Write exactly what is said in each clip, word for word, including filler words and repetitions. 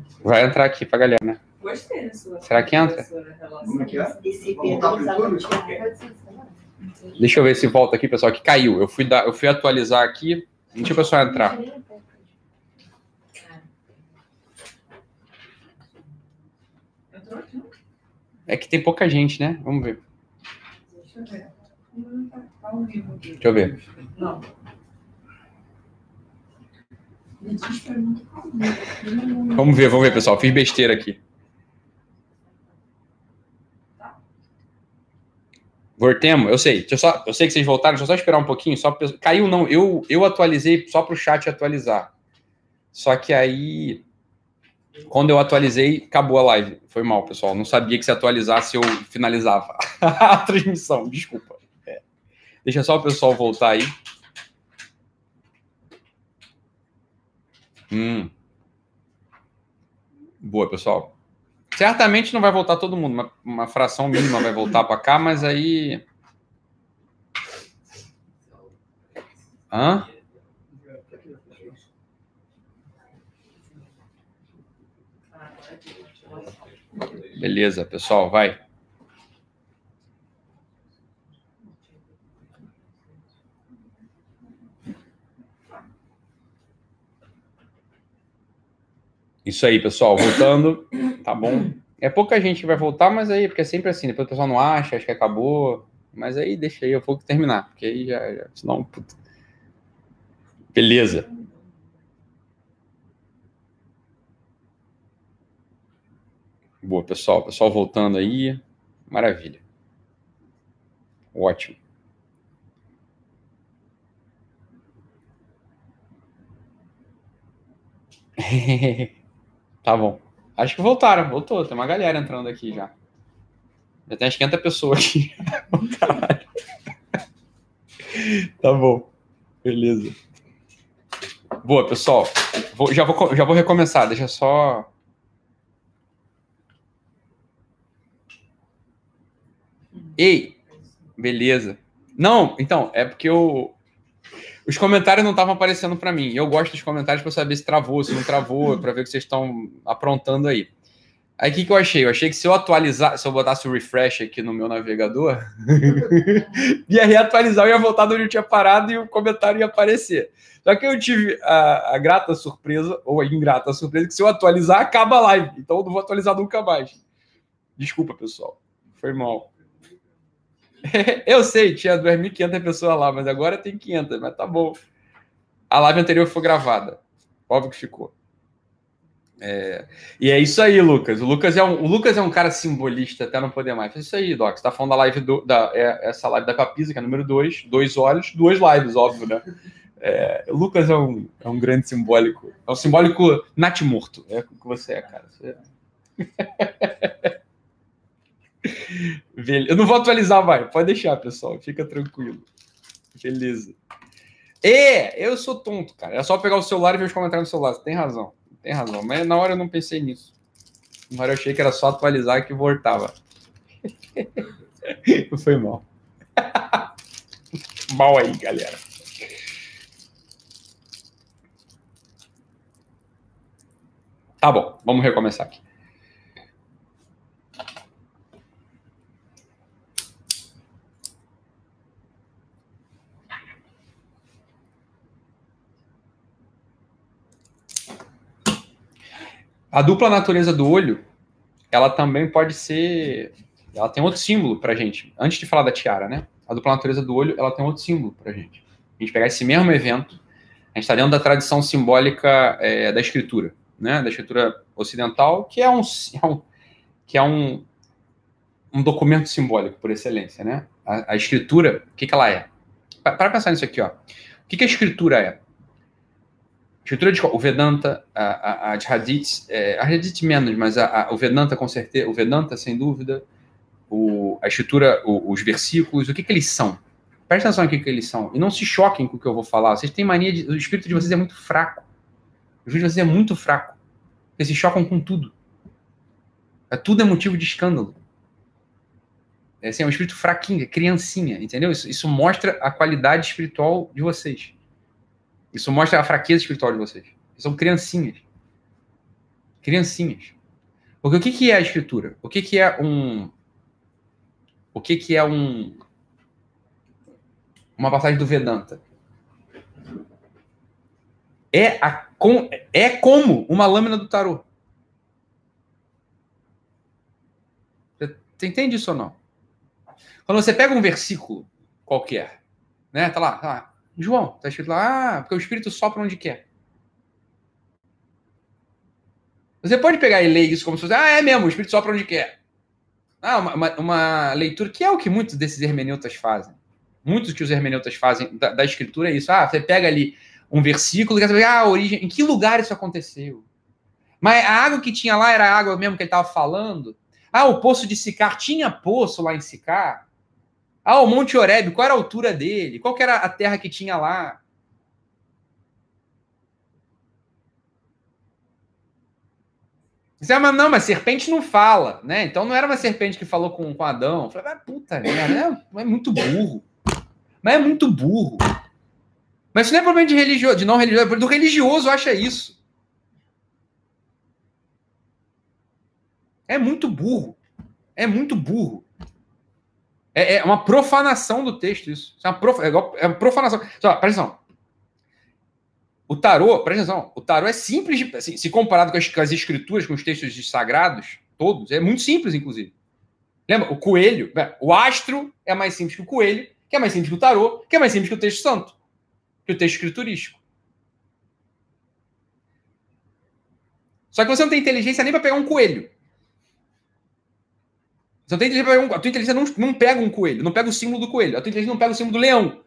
Vai entrar aqui pra galera, né? Gostei da sua. Será que entra? Como é que é? Esse Voltar pro YouTube? Deixa eu ver se volta aqui, pessoal, que caiu. Eu fui, dar, eu fui atualizar aqui. Deixa o pessoal entrar. Entrou aqui? É que tem pouca gente, né? Vamos ver. Deixa eu ver. Hum, tá ao vivo aqui. Deixa eu ver. Não. Me diz pra mim que tá ao vivo. Vamos ver, vamos ver, pessoal. Fiz besteira aqui. Voltemos, eu sei. Deixa eu, só, eu sei que vocês voltaram, deixa eu só esperar um pouquinho. Só pra... Caiu, não. Eu, eu atualizei só para o chat atualizar. Só que aí, quando eu atualizei, acabou a live. Foi mal, pessoal. Não sabia que se atualizasse eu finalizava a transmissão. Desculpa. É. Deixa só o pessoal voltar aí. Hum. Boa, pessoal. Certamente não vai voltar todo mundo. Uma, uma fração mínima vai voltar para cá, mas aí... Hã? Beleza, pessoal, vai. Isso aí, pessoal, voltando, tá bom? É pouca gente que vai voltar, mas aí, porque é sempre assim, depois o pessoal não acha, acha que acabou, mas aí deixa aí, eu vou terminar, porque aí já, já senão, puta. Beleza. Boa, pessoal, pessoal voltando aí, maravilha. Ótimo. Tá bom. Acho que voltaram, voltou. Tem uma galera entrando aqui já. Já tem umas quinhentas pessoas aqui. Tá bom. Beleza. Boa, pessoal. Vou, já, vou, já vou recomeçar. Deixa só... Ei! Beleza. Não, então, é porque eu... Os comentários não estavam aparecendo para mim. Eu gosto dos comentários para saber se travou, se não travou, para ver o que vocês estão aprontando aí. Aí o que, que eu achei? Eu achei que se eu atualizar, se eu botasse o refresh aqui no meu navegador, ia reatualizar, eu ia voltar de onde eu tinha parado e o comentário ia aparecer. Só que eu tive a, a grata surpresa, ou a ingrata surpresa, que se eu atualizar, acaba a live. Então eu não vou atualizar nunca mais. Desculpa, pessoal. Foi mal. Eu sei, tinha duas mil e quinhentas pessoas lá, mas agora tem quinhentas, mas tá bom. A live anterior foi gravada. Óbvio que ficou. É... E é isso aí, Lucas. O Lucas é um, o Lucas é um cara simbolista, até não poder mais. É isso aí, Doc. Você tá falando da live do, da, é, essa live da Papisa, que é número dois, dois olhos, duas lives, óbvio, né? É, o Lucas é um, é um grande simbólico. É um simbólico natimorto. É o que você é, cara. Você... Eu não vou atualizar, vai. Pode deixar, pessoal. Fica tranquilo. Beleza. É, eu sou tonto, cara. É só pegar o celular e ver os comentários no celular. Você tem razão. Tem razão. Mas na hora eu não pensei nisso. Na hora eu achei que era só atualizar que voltava. Foi mal. Mal aí, galera. Tá bom. Vamos recomeçar aqui. A dupla natureza do olho, ela também pode ser... Ela tem outro símbolo pra gente. Antes de falar da tiara, né? A dupla natureza do olho, ela tem outro símbolo pra gente. A gente pegar esse mesmo evento, a gente está dentro da tradição simbólica é, da escritura, né? Da escritura ocidental, que é um, é um, que é um, um documento simbólico, por excelência, né? A, a escritura, o que, que ela é? Para pensar nisso aqui, ó. O que, que a escritura é? Escritura de o Vedanta, a, a, a de Hadith, é, a Hadith menos, mas a, a, o Vedanta com certeza, o Vedanta sem dúvida, o, a escritura, o, os versículos, o que que eles são? Presta atenção aqui que eles são e não se choquem com o que eu vou falar. Vocês têm mania de, o espírito de vocês é muito fraco. O espírito de vocês é muito fraco. Vocês se chocam com tudo. É, tudo é motivo de escândalo. É, assim, é um espírito fraquinho, é criancinha, entendeu? Isso, isso mostra a qualidade espiritual de vocês. Isso mostra a fraqueza espiritual de vocês. Vocês são criancinhas. Criancinhas. Porque o que, que é a escritura? O que, que é um... O que, que é um... Uma passagem do Vedanta? É, a, com, é como uma lâmina do tarô. Você entende isso ou não? Quando você pega um versículo qualquer, né? Tá lá, tá lá. João, tá escrito lá, ah, porque o Espírito sopra onde quer. Você pode pegar e ler isso como se fosse, ah, é mesmo, o Espírito sopra onde quer. Ah, uma, uma, uma leitura que é o que muitos desses hermeneutas fazem. Muitos que os hermeneutas fazem da, da escritura é isso. Ah, você pega ali um versículo e quer saber, ah, a origem, em que lugar isso aconteceu? Mas a água que tinha lá era a água mesmo que ele estava falando? Ah, o poço de Sicar, tinha poço lá em Sicar? Ah, o Monte Horebe, qual era a altura dele? Qual que era a terra que tinha lá? Você, ah, mas não, mas serpente não fala, né? Então não era uma serpente que falou com, com Adão. Eu falei, ah, puta merda, é, é muito burro. Mas é muito burro. Mas isso não é problema de religioso, de não religioso, do religioso acha isso. É muito burro. É muito burro. É, é uma profanação do texto isso. Isso é uma, prof... é igual... é uma profanação. Só, presta atenção. O tarô, presta atenção, o tarô é simples, de, assim, se comparado com as, com as escrituras, com os textos sagrados, todos, é muito simples, inclusive. Lembra? O coelho, o astro é mais simples que o coelho, que é mais simples que o tarô, que é mais simples que o texto santo, que o texto escriturístico. Só que você não tem inteligência nem para pegar um coelho. Você não tem inteligência para pegar um... A tua inteligência não, não pega um coelho, não pega o símbolo do coelho, a tua inteligência não pega o símbolo do leão.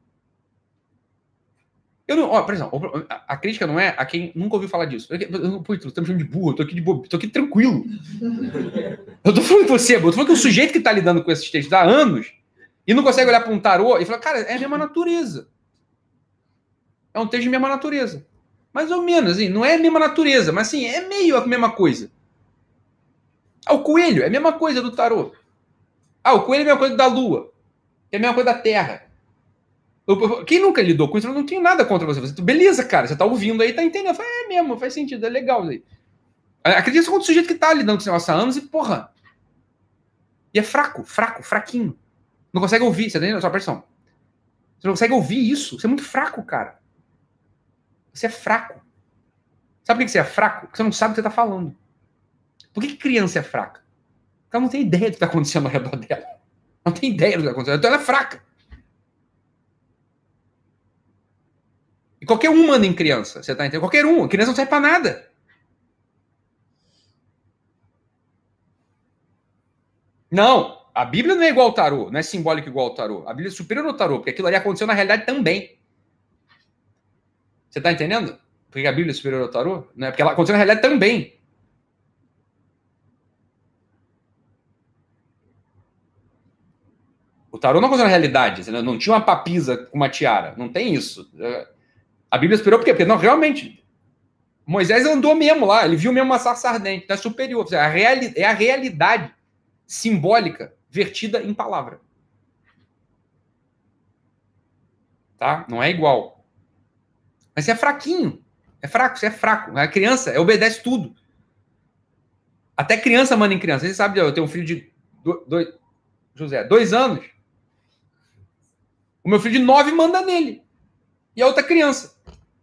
Eu não, ó, por exemplo, a, a crítica não é a quem nunca ouviu falar disso. Pô, tu tá me chamando de burro, eu tô aqui de bobo, tô aqui tranquilo. Eu tô falando com você, eu tô falando que o sujeito que tá lidando com esses textos há anos e não consegue olhar para um tarô e falar, cara, é a mesma natureza. É um texto de mesma natureza. Mais ou menos, assim, não é a mesma natureza, mas assim, é meio a mesma coisa. Ah, o coelho é a mesma coisa do tarô. Ah, o coelho é a mesma coisa da lua. É a mesma coisa da terra. Quem nunca lidou com isso, eu não tenho nada contra você. você beleza, cara, você tá ouvindo aí, tá entendendo. Falo, é mesmo, faz sentido, é legal isso aí. Acredita com o sujeito que tá lidando com esse negócio há anos e, porra. E é fraco, fraco, fraquinho. Não consegue ouvir, você tá entendendo? Só pressão. Você não consegue ouvir isso. Você é muito fraco, cara. Você é fraco. Sabe por que você é fraco? Porque você não sabe o que você tá falando. Por que criança é fraca? Porque ela não tem ideia do que tá acontecendo ao redor dela. Não tem ideia do que tá acontecendo. Então ela é fraca. E qualquer um manda em criança, você tá entendendo? Qualquer um. A criança não serve pra nada. Não. A Bíblia não é igual ao tarô. Não é simbólico igual ao tarô. A Bíblia é superior ao tarô, porque aquilo ali aconteceu na realidade também. Você tá entendendo? Porque a Bíblia é superior ao tarô? Não é porque ela aconteceu na realidade também. O tarô não aconteceu na realidade. Não tinha uma papisa com uma tiara. Não tem isso. A Bíblia é superior por quê? Porque, não, realmente, Moisés andou mesmo lá. Ele viu mesmo uma sarça ardente. Então é superior. É a, reali- é a realidade simbólica vertida em palavra. Tá? Não é igual. Mas você é fraquinho. É fraco, você é fraco. A criança obedece tudo. Até criança manda em criança. Você sabe, eu tenho um filho de do, dois, José, dois anos. O meu filho de nove manda nele. E a outra criança.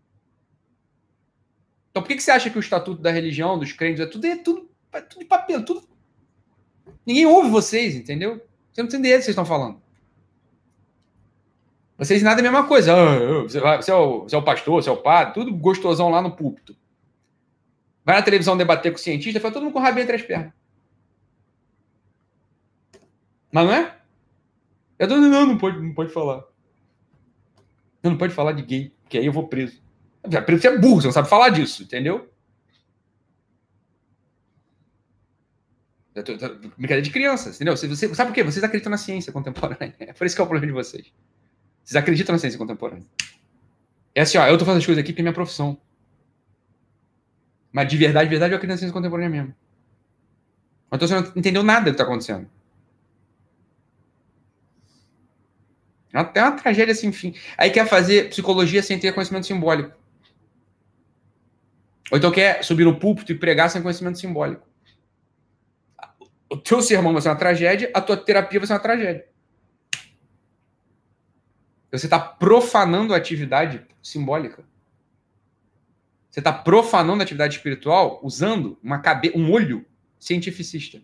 Então por que, que você acha que o estatuto da religião, dos crentes, é tudo, é tudo, é tudo de papel? Tudo... Ninguém ouve vocês, entendeu? Você não tem ideia do que vocês estão falando. Vocês nada é a mesma coisa. Você é, o, você é o pastor, você é o padre, tudo gostosão lá no púlpito. Vai na televisão debater com o cientista, fala todo mundo com o rabinho entre as pernas. Mas não é? Eu tô dizendo, não, não pode, não pode falar. Não, não pode falar de gay, porque aí eu vou preso. Preso você é burro, você não sabe falar disso, entendeu? Brincadeira de crianças, entendeu? Você, sabe por quê? Vocês acreditam na ciência contemporânea. É por isso que é o problema de vocês. Vocês acreditam na ciência contemporânea. É assim, ó, eu tô fazendo as coisas aqui porque é minha profissão. Mas de verdade, de verdade, eu acredito na ciência contemporânea mesmo. Então você não entendeu nada do que tá acontecendo. É uma tragédia sem fim. Aí quer fazer psicologia sem ter conhecimento simbólico. Ou então quer subir no púlpito e pregar sem conhecimento simbólico. O teu sermão vai ser uma tragédia, a tua terapia vai ser uma tragédia. Você está profanando a atividade simbólica. Você está profanando a atividade espiritual usando uma cabe... um olho cientificista.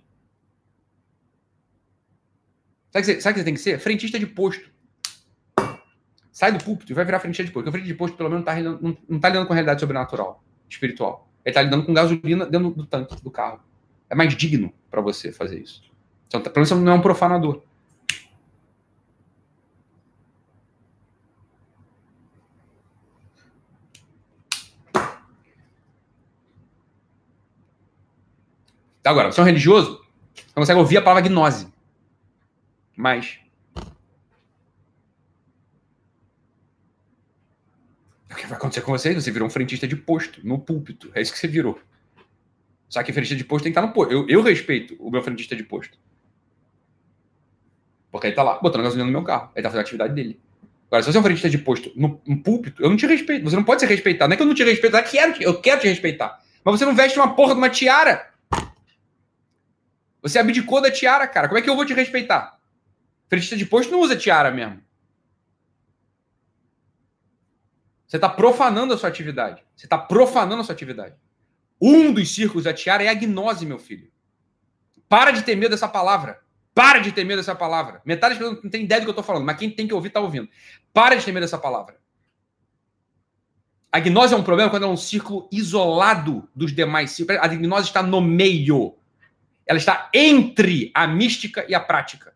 Sabe o que, você... Sabe que você tem que ser? Frentista de posto. Sai do púlpito e vai virar frentista de posto. Porque o frentista de posto, pelo menos, não está lidando com a realidade sobrenatural, espiritual. Ele está lidando com gasolina dentro do tanque do carro. É mais digno para você fazer isso. Então, pelo menos você não é um profanador. Agora, você é um religioso, você consegue ouvir a palavra gnose. Mas o que vai acontecer com você? Você virou um frentista de posto, no púlpito. É isso que você virou. Só que frentista de posto tem que estar no posto. Eu, eu respeito o meu frentista de posto. Porque ele tá lá, botando gasolina no meu carro. Ele tá fazendo a atividade dele. Agora, se você é um frentista de posto no, no púlpito, eu não te respeito. Você não pode ser respeitado. Não é que eu não te respeito, eu quero, eu quero te respeitar. Mas você não veste uma porra de uma tiara. Você abdicou da tiara, cara. Como é que eu vou te respeitar? Frentista de posto não usa tiara mesmo. Você está profanando a sua atividade. Você está profanando a sua atividade. Um dos círculos da tiara é a gnose, meu filho. Para de ter medo dessa palavra. Para de ter medo dessa palavra. Metade das pessoas não tem ideia do que eu estou falando, mas quem tem que ouvir está ouvindo. Para de ter medo dessa palavra. A gnose é um problema quando é um círculo isolado dos demais círculos. A gnose está no meio. Ela está entre a mística e a prática.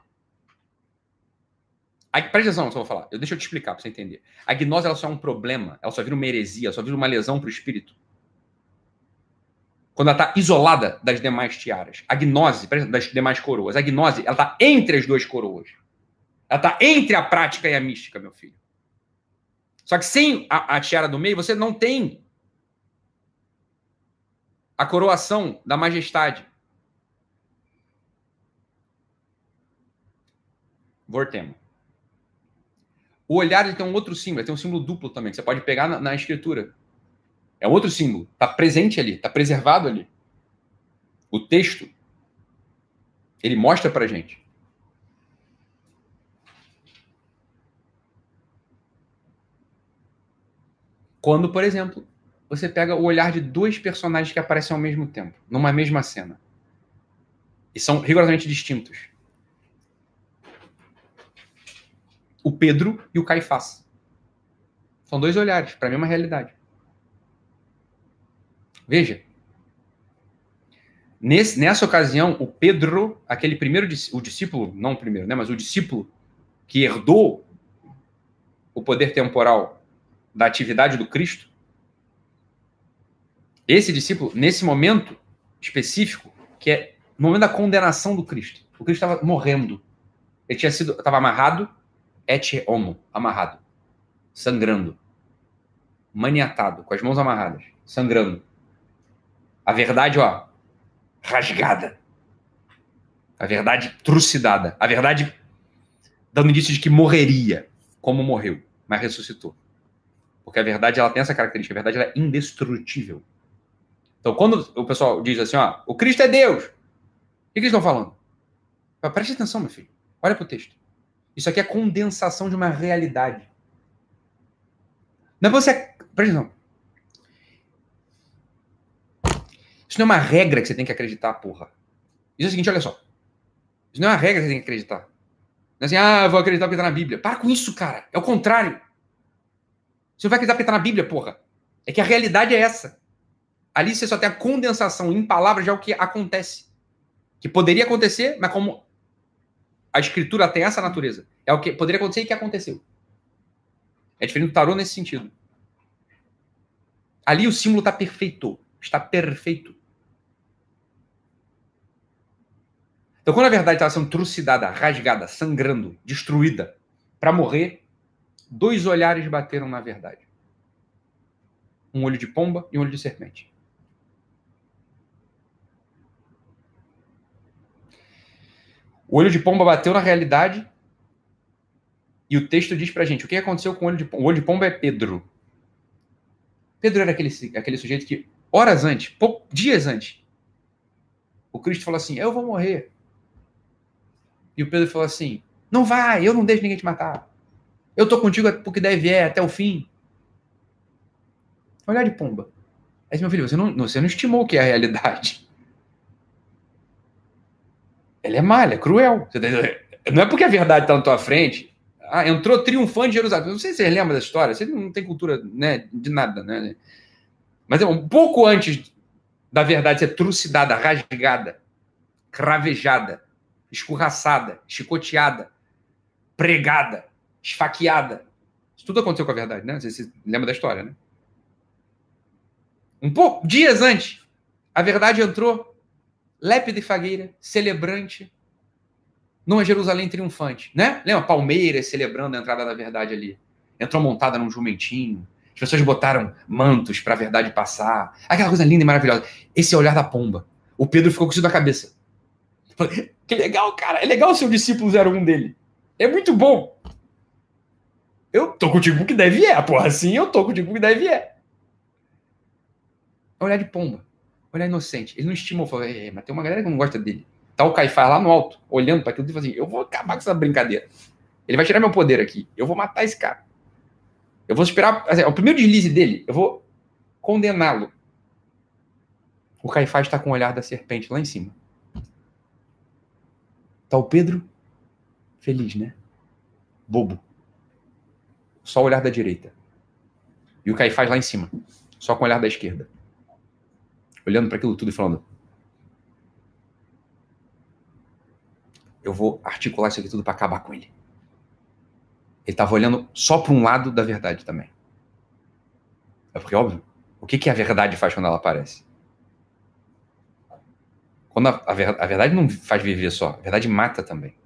A, presta atenção no que eu vou falar. Eu, deixa eu te explicar para você entender. A gnose ela só é um problema. Ela só vira uma heresia. Ela só vira uma lesão para o espírito. Quando ela está isolada das demais tiaras. A gnose, das demais coroas. A gnose, ela está entre as duas coroas. Ela está entre a prática e a mística, meu filho. Só que sem a, a tiara do meio, você não tem a coroação da majestade. Voltemos. O olhar ele tem um outro símbolo, ele tem um símbolo duplo também, que você pode pegar na, na escritura. É outro símbolo, está presente ali, está preservado ali. O texto, ele mostra pra gente. Quando, por exemplo, você pega o olhar de dois personagens que aparecem ao mesmo tempo, numa mesma cena. E são rigorosamente distintos. O Pedro e o Caifás. São dois olhares para a mesma realidade. Veja. Nesse, nessa ocasião, o Pedro, aquele primeiro, o discípulo, não o primeiro, né, mas o discípulo que herdou o poder temporal da atividade do Cristo, esse discípulo, nesse momento específico, que é no momento da condenação do Cristo, o Cristo estava morrendo. Ele tinha sido, estava amarrado, et homo, amarrado, sangrando, maniatado, com as mãos amarradas, sangrando. A verdade, ó, rasgada. A verdade trucidada. A verdade dando indício de que morreria, como morreu, mas ressuscitou. Porque a verdade, ela tem essa característica, a verdade ela é indestrutível. Então, quando o pessoal diz assim, ó, o Cristo é Deus, o que eles estão falando? Preste atenção, meu filho. Olha para o texto. Isso aqui é condensação de uma realidade. Não é você... Presta atenção. Isso não é uma regra que você tem que acreditar, porra. Isso é o seguinte, olha só. Isso não é uma regra que você tem que acreditar. Não é assim, ah, eu vou acreditar porque está na Bíblia. Para com isso, cara. É o contrário. Você não vai acreditar porque está na Bíblia, porra. É que a realidade é essa. Ali você só tem a condensação em palavras de algo que acontece. Que poderia acontecer, mas como a escritura tem essa natureza. É o que poderia acontecer e que aconteceu. É diferente do tarô nesse sentido. Ali o símbolo está perfeito. Está perfeito. Então, quando a verdade estava sendo trucidada, rasgada, sangrando, destruída, para morrer, dois olhares bateram na verdade. Um olho de pomba e um olho de serpente. O olho de pomba bateu na realidade e o texto diz pra gente o que aconteceu com o olho de pomba. O olho de pomba é Pedro. Pedro era aquele, aquele sujeito que, horas antes, pou, dias antes, o Cristo falou assim, eu vou morrer. E o Pedro falou assim, não vai, eu não deixo ninguém te matar. Eu tô contigo porque deve é até o fim. Olhar de pomba. Aí, meu filho, você não, você não estimou o que é a realidade. Ela é má, ela é cruel. Não é porque a verdade está na tua frente. Ah, entrou triunfante de Jerusalém. Não sei se você lembra da história. Você não tem cultura, né, de nada, né? Mas é um pouco antes da verdade ser trucidada, rasgada, cravejada, escorraçada, chicoteada, pregada, esfaqueada. Isso tudo aconteceu com a verdade, né? Você, você lembra da história, né? Um pouco, dias antes, a verdade entrou lépida e fagueira, celebrante, numa Jerusalém triunfante, né? Lembra? Palmeiras celebrando a entrada da verdade ali. Entrou montada num jumentinho. As pessoas botaram mantos para a verdade passar. Aquela coisa linda e maravilhosa. Esse é o olhar da pomba. O Pedro ficou com isso na cabeça. Que legal, cara. É legal ser o discípulo zero um dele. É muito bom. Eu tô contigo porque deve é. Porra, assim eu tô contigo porque deve é. É olhar de pomba. Olhar inocente. Ele não estimou. Falou, mas tem uma galera que não gosta dele. Tá o Caifás lá no alto, olhando para aquilo e falando assim, eu vou acabar com essa brincadeira. Ele vai tirar meu poder aqui. Eu vou matar esse cara. Eu vou esperar... Assim, o primeiro deslize dele, eu vou condená-lo. O Caifás está com o olhar da serpente lá em cima. Tá o Pedro feliz, né? Bobo. Só o olhar da direita. E o Caifás lá em cima. Só com o olhar da esquerda. Olhando para aquilo tudo e falando, eu vou articular isso aqui tudo para acabar com ele. Ele estava olhando só para um lado da verdade também. É porque, óbvio, o que, que a verdade faz quando ela aparece? Quando a, a, ver, a verdade não faz viver só, a verdade mata também.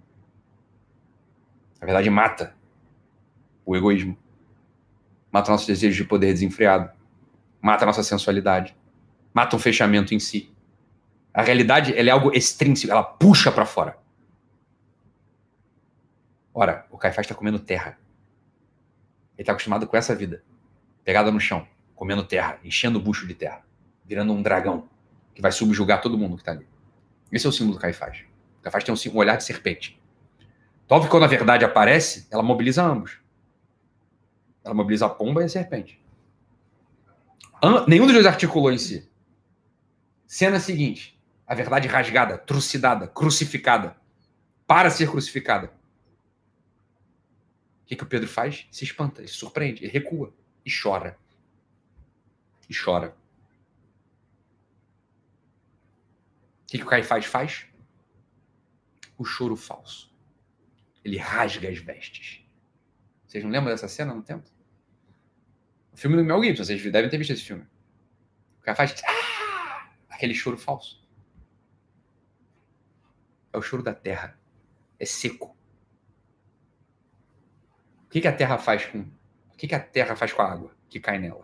A verdade mata o egoísmo. Mata o nosso desejo de poder desenfreado. Mata a nossa sensualidade. Mata um fechamento em si. A realidade, ela é algo extrínseco, ela puxa para fora. Ora, o Caifás está comendo terra. Ele está acostumado com essa vida. Pegada no chão, comendo terra, enchendo o bucho de terra. Virando um dragão que vai subjugar todo mundo que está ali. Esse é o símbolo do Caifás. O Caifás tem um, um olhar de serpente. Então, quando a verdade aparece, ela mobiliza ambos. Ela mobiliza a pomba e a serpente. Am- nenhum dos dois articulou em si. Cena seguinte. A verdade rasgada, trucidada, crucificada. Para ser crucificada. O que, que o Pedro faz? Se espanta, ele se surpreende, ele recua e chora. E chora. O que, que o Caifás faz? O choro falso. Ele rasga as vestes. Vocês não lembram dessa cena no tempo? O filme do Mel Gibson, vocês devem ter visto esse filme. O Caifás... Ah! Aquele choro falso. É o choro da terra. É seco. O que, que a terra faz com... O que, que a terra faz com a água que cai nela?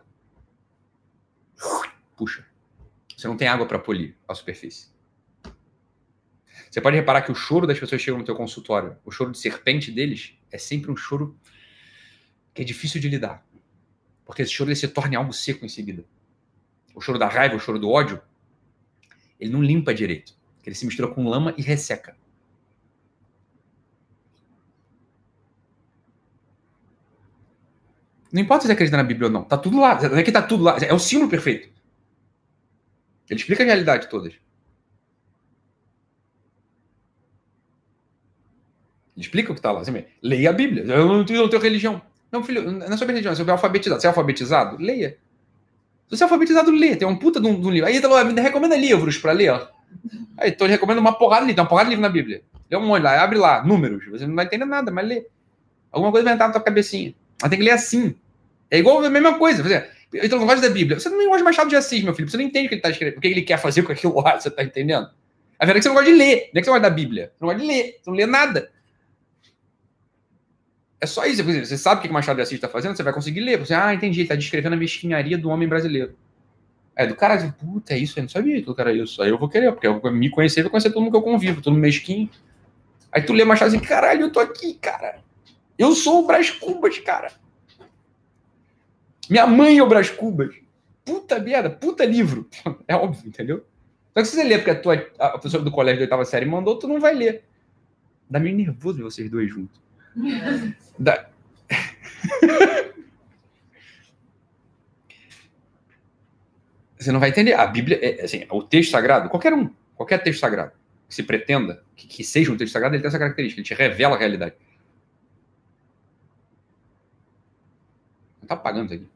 Puxa. Você não tem água para polir a superfície. Você pode reparar que o choro das pessoas que chegam no teu consultório, o choro de serpente deles, é sempre um choro que é difícil de lidar. Porque esse choro ele se torna algo seco em seguida. O choro da raiva, o choro do ódio, ele não limpa direito. Ele se mistura com lama e resseca. Não importa se você acredita na Bíblia ou não. Tá tudo lá. Não é que tá tudo lá. É o símbolo perfeito. Ele explica a realidade toda. Ele explica o que tá lá. Você leia a Bíblia. Eu não tenho, não tenho religião. Não, filho, não é sobre religião, é sobre alfabetizado. Você é alfabetizado? Leia. Se você é alfabetizado, lê. Tem um puta de um, de um livro. Aí ele falou, me recomenda livros pra ler, ó. Aí, então ele recomenda uma porrada de livro. Tem uma porrada de livro na Bíblia. Lê um monte lá, abre lá, números. Você não vai entender nada, mas lê. Alguma coisa vai entrar na tua cabecinha. Mas tem que ler assim. É igual a mesma coisa. Então, não gosta da Bíblia. Você não gosta de Machado de Assis, meu filho. Você não entende o que ele está escrevendo. O que ele quer fazer com aquilo lá. Você está entendendo? A verdade é que você não gosta de ler. Não é que você gosta da Bíblia. Você não gosta de ler. Você não lê nada. É só isso. Você sabe o que o Machado de Assis está fazendo, você vai conseguir ler. Você, ah, entendi. Ele está descrevendo a mesquinharia do homem brasileiro. É, do cara, puta, é isso. Eu não sabia que o cara é isso. Aí eu vou querer, porque eu me conhecer, eu vou conhecer todo mundo que eu convivo, todo mundo mesquinho. Aí tu lê Machado assim, caralho, eu tô aqui, cara. Eu sou o Brás Cubas, cara. Minha mãe é o Brás Cubas. puta merda, puta livro. É óbvio, entendeu? Só que se você ler porque a, tua, a professora do colégio da oitava série mandou, tu não vai ler. Dá meio nervoso ver vocês dois juntos. Dá... Você não vai entender. A Bíblia, é, assim, o texto sagrado, qualquer um, qualquer texto sagrado que se pretenda que, que seja um texto sagrado, ele tem essa característica, ele te revela a realidade. Não tá apagando isso aqui.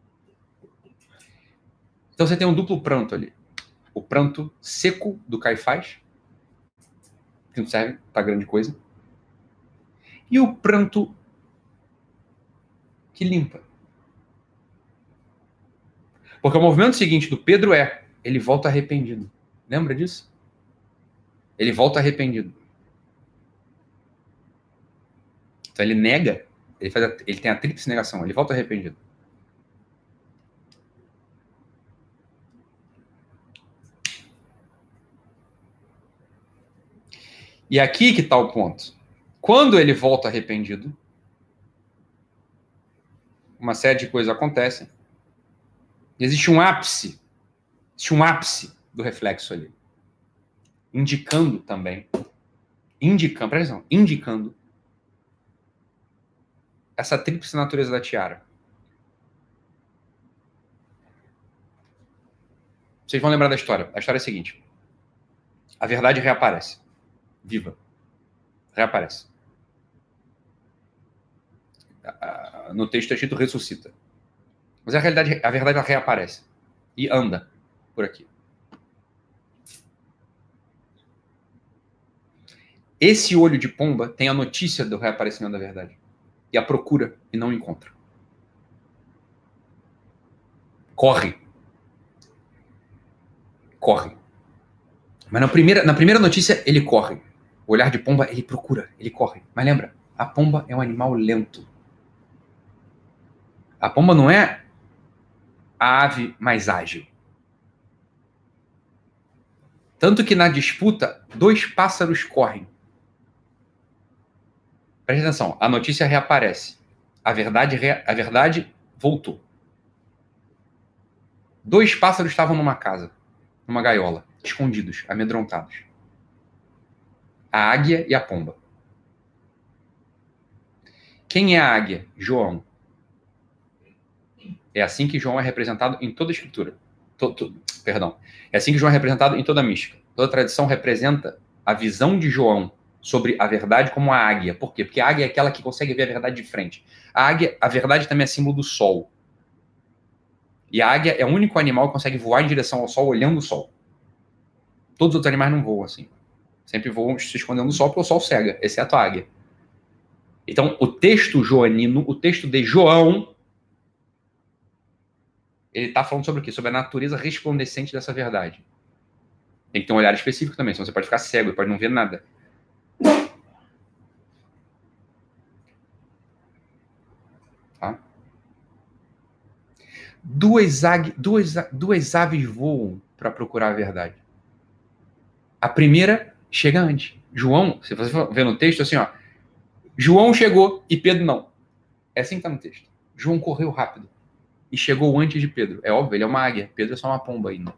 Então você tem um duplo pranto ali. O pranto seco do Caifás, que não serve para grande coisa, e o pranto que limpa. Porque o movimento seguinte do Pedro é, ele volta arrependido. Lembra disso? Ele volta arrependido. Então ele nega, ele, faz a, ele tem a tríplice negação, ele volta arrependido. E aqui que está o ponto. Quando ele volta arrependido, uma série de coisas acontecem. Existe um ápice, existe um ápice do reflexo ali. Indicando também, indicando, presta atenção, indicando essa tríplice natureza da tiara. Vocês vão lembrar da história. A história é a seguinte. A verdade reaparece. Viva. Reaparece. No texto é escrito ressuscita. Mas a realidade, a verdade ela reaparece. E anda por aqui. Esse olho de pomba tem a notícia do reaparecimento da verdade. E a procura e não encontra. Corre. Corre. Mas na primeira, na primeira notícia, ele corre. O olhar de pomba, ele procura, ele corre. Mas lembra, a pomba é um animal lento. A pomba não é a ave mais ágil. Tanto que na disputa, dois pássaros correm. Presta atenção, a notícia reaparece. A verdade, a verdade voltou. Dois pássaros estavam numa casa, numa gaiola, escondidos, amedrontados. A águia e a pomba. Quem é a águia? João. É assim que João é representado em toda a escritura. To, to, perdão. É assim que João é representado em toda a mística. Toda a tradição representa a visão de João sobre a verdade como a águia. Por quê? Porque a águia é aquela que consegue ver a verdade de frente. A águia, a verdade também é símbolo do sol. E a águia é o único animal que consegue voar em direção ao sol olhando o sol. Todos os outros animais não voam assim. Sempre voam se escondendo do sol porque o sol cega, exceto a águia. Então, o texto joanino, o texto de João, ele está falando sobre o quê? Sobre a natureza resplandecente dessa verdade. Tem que ter um olhar específico também, senão você pode ficar cego e pode não ver nada. Tá? Duas, ag... duas, duas aves voam para procurar a verdade. A primeira chega antes. João, se você for ver no texto, assim, ó. João chegou e Pedro não. É assim que está no texto. João correu rápido e chegou antes de Pedro. É óbvio, ele é uma águia. Pedro é só uma pomba ainda.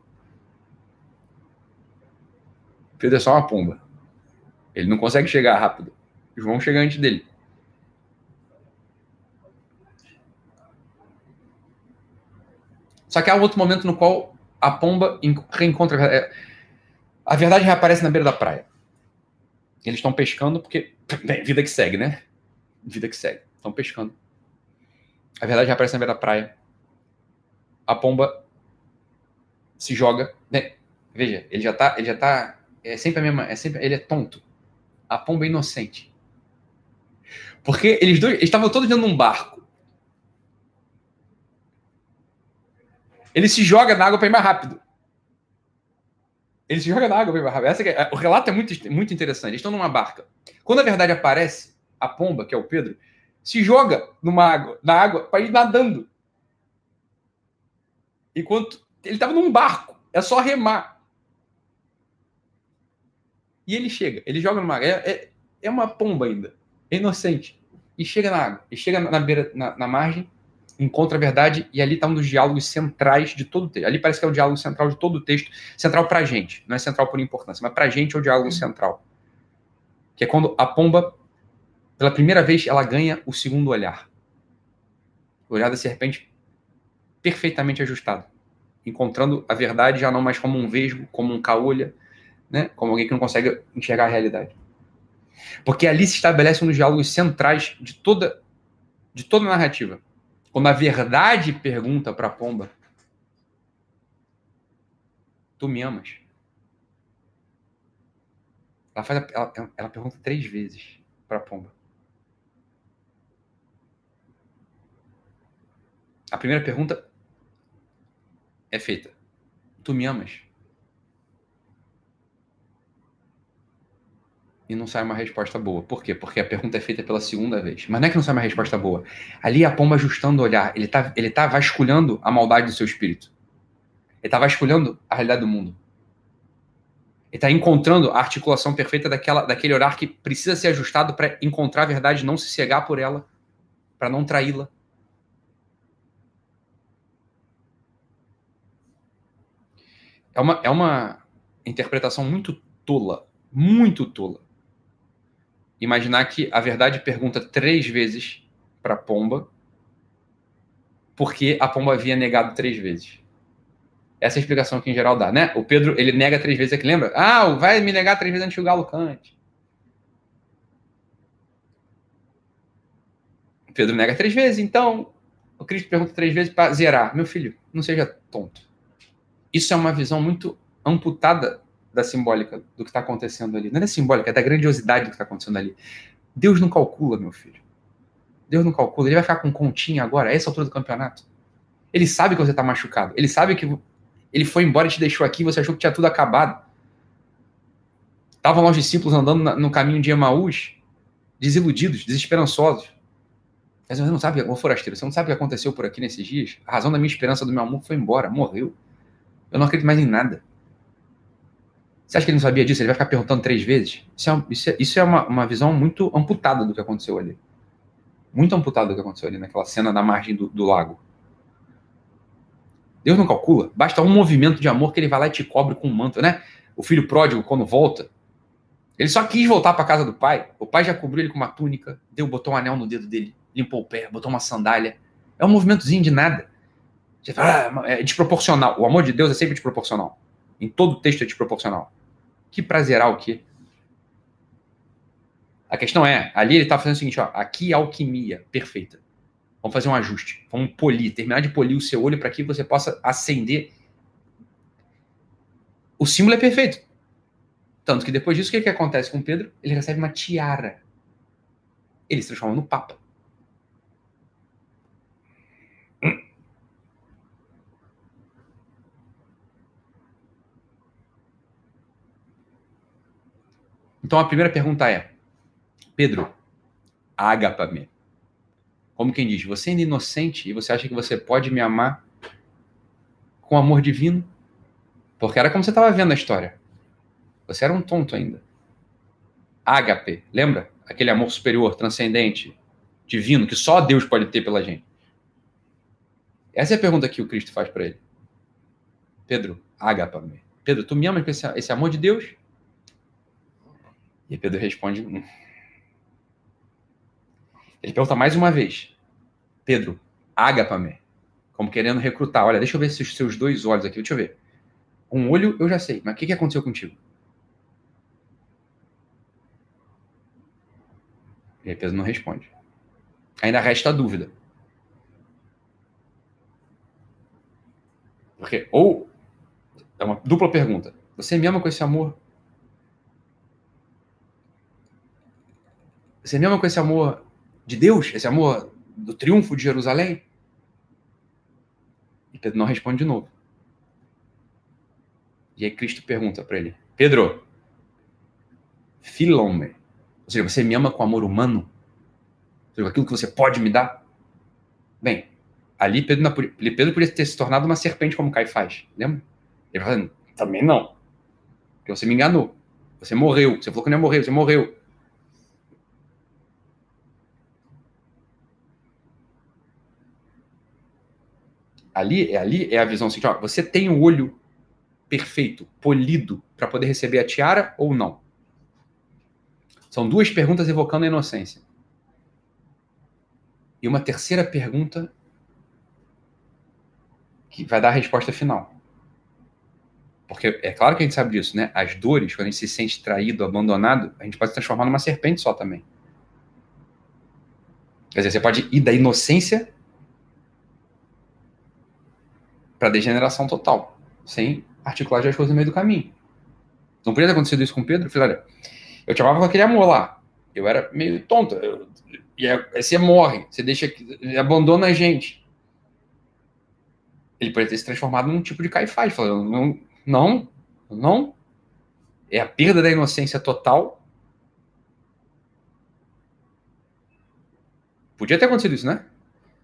Pedro é só uma pomba. Ele não consegue chegar rápido. João chega antes dele. Só que há um outro momento no qual a pomba reencontra... A verdade reaparece na beira da praia. Eles estão pescando porque... Bem, vida que segue, né? Vida que segue. Estão pescando. A verdade reaparece na beira da praia. A pomba se joga... Né? Veja, ele já tá... Ele já tá é sempre a mesma... É sempre, ele é tonto. A pomba é inocente. Porque eles dois... Eles estavam todos dentro de um barco. Ele se joga na água para ir mais rápido. Ele se joga na água para ir mais rápido. Essa é, o relato é muito, muito interessante. Eles estão numa barca. Quando a verdade aparece, a pomba, que é o Pedro, se joga numa água, na água para ir nadando. Enquanto ele estava num barco. É só remar. E ele chega. Ele joga numa água. É, é, é uma pomba ainda. É inocente. E chega na água. E chega na beira, na, na margem. encontra a verdade, e ali está um dos diálogos centrais de todo o texto. Ali parece que é o diálogo central de todo o texto, central para a gente, não é central por importância, mas para a gente é o diálogo central. Que é quando a pomba, pela primeira vez, ela ganha o segundo olhar. O olhar da serpente perfeitamente ajustado, encontrando a verdade já não mais como um vesgo, como um caolha, né? Como alguém que não consegue enxergar a realidade. Porque ali se estabelece um dos diálogos centrais de toda, de toda a narrativa. Quando a verdade pergunta para a pomba, tu me amas? Ela, faz a, ela, ela pergunta três vezes para a pomba. A primeira pergunta é feita. Tu me amas? E não sai uma resposta boa. Por quê? Porque a pergunta é feita pela segunda vez. Mas não é que não sai uma resposta boa. Ali a pomba ajustando o olhar. Ele tá, ele tá vasculhando a maldade do seu espírito. Ele tá vasculhando a realidade do mundo. Ele tá encontrando a articulação perfeita daquela, daquele olhar que precisa ser ajustado para encontrar a verdade, não se cegar por ela, para não traí-la. É uma, é uma interpretação muito tola. Muito tola. Imaginar que a verdade pergunta três vezes para a pomba porque a pomba havia negado três vezes. Essa é a explicação que em geral dá, né? O Pedro, ele nega três vezes, é que lembra? Ah, vai me negar três vezes antes que o galo cante. O Pedro nega três vezes, então o Cristo pergunta três vezes para zerar. Meu filho, não seja tonto. Isso é uma visão muito amputada da simbólica do que está acontecendo ali. Não é da simbólica, é da grandiosidade do que está acontecendo ali. Deus não calcula, meu filho. Deus não calcula. Ele vai ficar com continha agora, a essa altura do campeonato. Ele sabe que você está machucado. Ele sabe que ele foi embora e te deixou aqui, você achou que tinha tudo acabado. Estavam lá os discípulos andando no caminho de Emaús, desiludidos, desesperançosos. Mas você não sabe, ô forasteiro, você não sabe o que aconteceu por aqui nesses dias? A razão da minha esperança, do meu amor, foi embora, morreu. Eu não acredito mais em nada. Você acha que ele não sabia disso? Ele vai ficar perguntando três vezes? Isso é, isso é, isso é uma, uma visão muito amputada do que aconteceu ali. Muito amputada do que aconteceu ali, naquela cena na margem do, do lago. Deus não calcula. Basta um movimento de amor que ele vai lá e te cobre com um manto, né? O filho pródigo, quando volta, ele só quis voltar para a casa do pai. O pai já cobriu ele com uma túnica, deu, botou um anel no dedo dele, limpou o pé, botou uma sandália. É um movimentozinho de nada. Você fala, ah, é desproporcional. O amor de Deus é sempre desproporcional. Em todo texto é desproporcional. Que prazeral o quê? A questão é, ali ele está fazendo o seguinte, ó, aqui alquimia perfeita. Vamos fazer um ajuste. Vamos polir, terminar de polir o seu olho para que você possa acender. O símbolo é perfeito. Tanto que depois disso, o que, que acontece com Pedro? Ele recebe uma tiara. Ele se transforma no Papa. Então a primeira pergunta é, Pedro, ágapa-me. Como quem diz, você ainda é inocente e você acha que você pode me amar com amor divino? Porque era como você estava vendo a história. Você era um tonto ainda. Ágape, lembra? Aquele amor superior, transcendente, divino, que só Deus pode ter pela gente. Essa é a pergunta que o Cristo faz para ele. Pedro, ágapa-me. Pedro, tu me amas com esse, esse amor de Deus? E Pedro responde... Ele pergunta mais uma vez. Pedro, ágapa-me. Como querendo recrutar. Olha, deixa eu ver esses seus dois olhos aqui. Deixa eu ver. Um olho eu já sei. Mas o que, que aconteceu contigo? E aí Pedro não responde. Ainda resta a dúvida. Porque, ou... É uma dupla pergunta. Você me ama com esse amor? Você me ama com esse amor de Deus? Esse amor do triunfo de Jerusalém? E Pedro não responde de novo. E aí Cristo pergunta para ele, Pedro, filome, ou seja, você me ama com amor humano? Ou seja, aquilo que você pode me dar? Bem, ali Pedro, Pedro podia ter se tornado uma serpente como Caifás, lembra? Ele fala, também não, porque você me enganou, você morreu, você falou que não ia morrer, você morreu. Ali, ali é a visão seguinte, ó, você tem o olho perfeito, polido, para poder receber a tiara ou não? São duas perguntas evocando a inocência. E uma terceira pergunta que vai dar a resposta final. Porque é claro que a gente sabe disso, né? As dores, quando a gente se sente traído, abandonado, a gente pode se transformar numa serpente só também. Quer dizer, você pode ir da inocência para degeneração total, sem articular as coisas no meio do caminho. Não podia ter acontecido isso com o Pedro? Eu falei, olha, eu te amava com aquele amor lá. Eu era meio tonto. Eu, e aí você morre, você deixa, abandona a gente. Ele poderia ter se transformado num tipo de Caifás. Falando, não, não, não. É a perda da inocência total. Podia ter acontecido isso, né?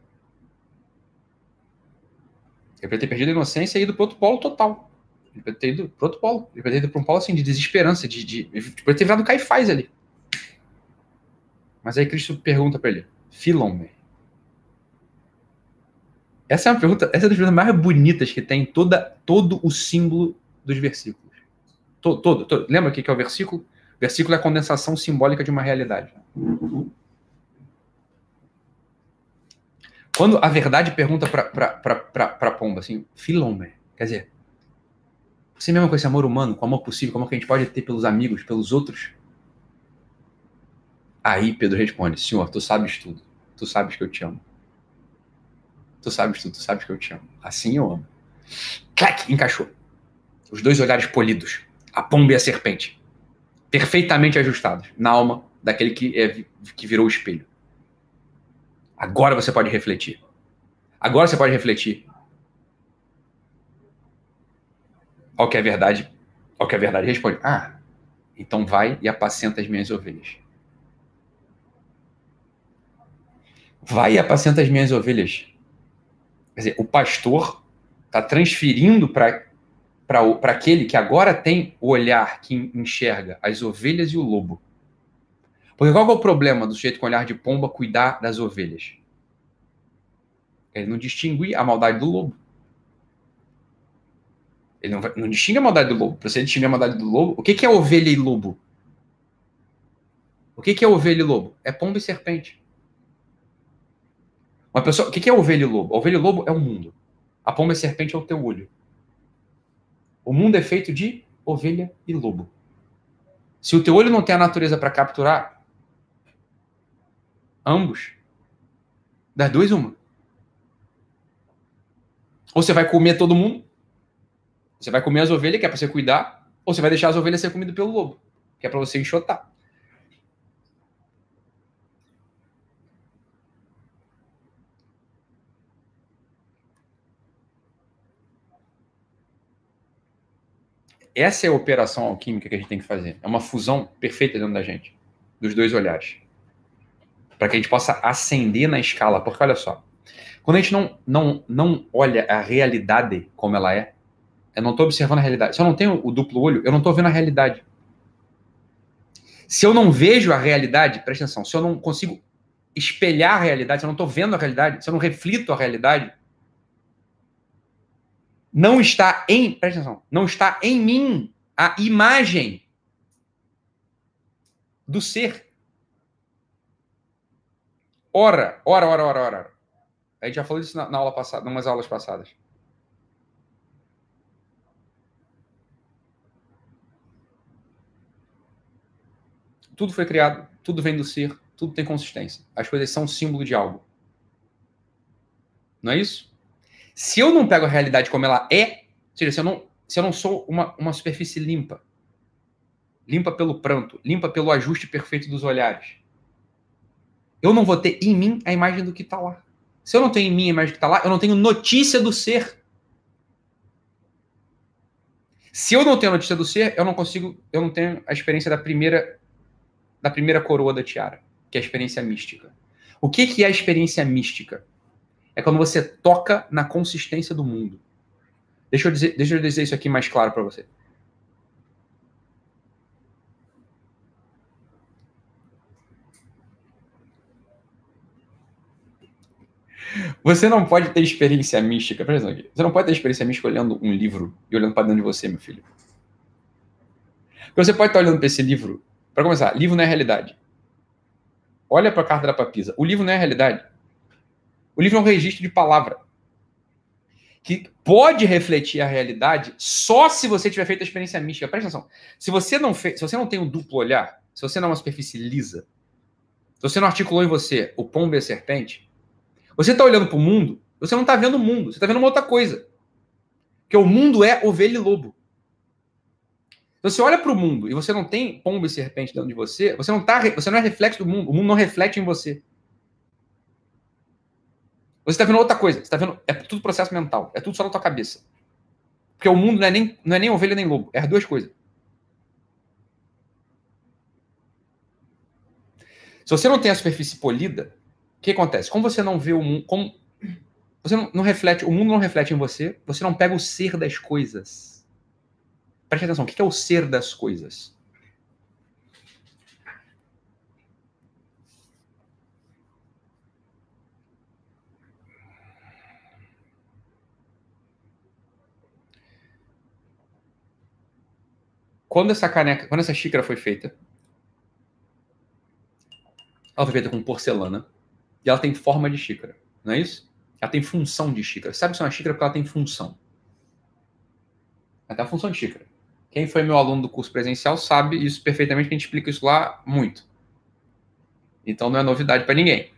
Ele poderia ter perdido a inocência e ido para outro polo total. Ele poderia ter ido para outro polo. Ele poderia ter ido para um polo assim, de desesperança, de, de, ele poderia ter virado um Caifás ali. Mas aí Cristo pergunta para ele, Filon-me. Essa é uma pergunta, essa é uma das perguntas mais bonitas que tem toda, todo o símbolo dos versículos. Todo, todo, todo. Lembra o que é o versículo? O versículo é a condensação simbólica de uma realidade. Quando a verdade pergunta para a pomba, assim, Filon-me, quer dizer, você mesmo com esse amor humano, com o amor possível, como que a gente pode ter pelos amigos, pelos outros? Aí Pedro responde, Senhor, tu sabes tudo. Tu sabes que eu te amo. Tu sabes tudo, tu sabes que eu te amo. Assim eu amo. Clac, encaixou. Os dois olhares polidos. A pomba e a serpente. Perfeitamente ajustados na alma daquele que, é, que virou o espelho. Agora você pode refletir. Agora você pode refletir ao que é verdade. Ao que é verdade responde. Ah, então vai e apacenta as minhas ovelhas. Vai e apacenta as minhas ovelhas. Quer dizer, o pastor está transferindo para para aquele que agora tem o olhar que enxerga as ovelhas e o lobo. Porque qual é o problema do sujeito com olhar de pomba cuidar das ovelhas? Ele não distingue a maldade do lobo. Ele não, vai, não distingue a maldade do lobo. Para você distinguir a maldade do lobo, o que, que é ovelha e lobo? O que, que é ovelha e lobo? É pomba e serpente. Uma pessoa, o que, que é ovelha e lobo? A ovelha e lobo é o mundo. A pomba e serpente é o teu olho. O mundo é feito de ovelha e lobo. Se o teu olho não tem a natureza para capturar ambos, das duas, uma. Ou você vai comer todo mundo, você vai comer as ovelhas, que é para você cuidar, ou você vai deixar as ovelhas ser comidas pelo lobo, que é para você enxotar. Essa é a operação alquímica que a gente tem que fazer. É uma fusão perfeita dentro da gente, dos dois olhares. Para que a gente possa ascender na escala. Porque, olha só, quando a gente não, não, não olha a realidade como ela é, eu não estou observando a realidade. Se eu não tenho o duplo olho, eu não estou vendo a realidade. Se eu não vejo a realidade, presta atenção, se eu não consigo espelhar a realidade, se eu não estou vendo a realidade, se eu não reflito a realidade, não está em, presta atenção, não está em mim a imagem do ser. Ora, ora, ora, ora, ora. A gente já falou isso na, na aula passada, em umas aulas passadas. Tudo foi criado, tudo vem do ser, tudo tem consistência. As coisas são símbolo de algo. Não é isso? Se eu não pego a realidade como ela é, ou seja, se eu não, se eu não sou uma, uma superfície limpa, limpa pelo pranto, limpa pelo ajuste perfeito dos olhares, eu não vou ter em mim a imagem do que está lá. Se eu não tenho em mim a imagem do que está lá, eu não tenho notícia do ser. Se eu não tenho notícia do ser, eu não consigo, eu não tenho a experiência da primeira, da primeira coroa da tiara, que é a experiência mística. O que, que é a experiência mística? É quando você toca na consistência do mundo. Deixa eu dizer, deixa eu dizer isso aqui mais claro para você. Você não pode ter experiência mística. Presta atenção aqui. Você não pode ter experiência mística olhando um livro e olhando para dentro de você, meu filho. Porque você pode estar olhando para esse livro. Para começar, livro não é realidade. Olha para a carta da papisa. O livro não é realidade. O livro é um registro de palavra. Que pode refletir a realidade só se você tiver feito a experiência mística. Presta atenção. Se você não, fez, se você não tem um duplo olhar, se você não é uma superfície lisa, se você não articulou em você o pombo e a serpente, você está olhando para o mundo, você não está vendo o mundo, você está vendo uma outra coisa. Porque o mundo é ovelha e lobo. Se você olha para o mundo e você não tem pombo e serpente dentro de você, você não, tá, você não é reflexo do mundo, o mundo não reflete em você. Você está vendo outra coisa, você está vendo, é tudo processo mental, é tudo só na tua cabeça. Porque o mundo não é nem, não é nem ovelha nem lobo, é as duas coisas. Se você não tem a superfície polida, o que acontece? Como você não vê o mundo, como você não, não reflete, o mundo não reflete em você, você não pega o ser das coisas. Preste atenção, o que é o ser das coisas? Quando essa caneca, quando essa xícara foi feita, ela foi feita com porcelana e ela tem forma de xícara, não é isso? Ela tem função de xícara. Sabe se é uma xícara porque ela tem função. Ela tem a função de xícara. Quem foi meu aluno do curso presencial sabe isso perfeitamente, que a gente explica isso lá muito. Então não é novidade para ninguém.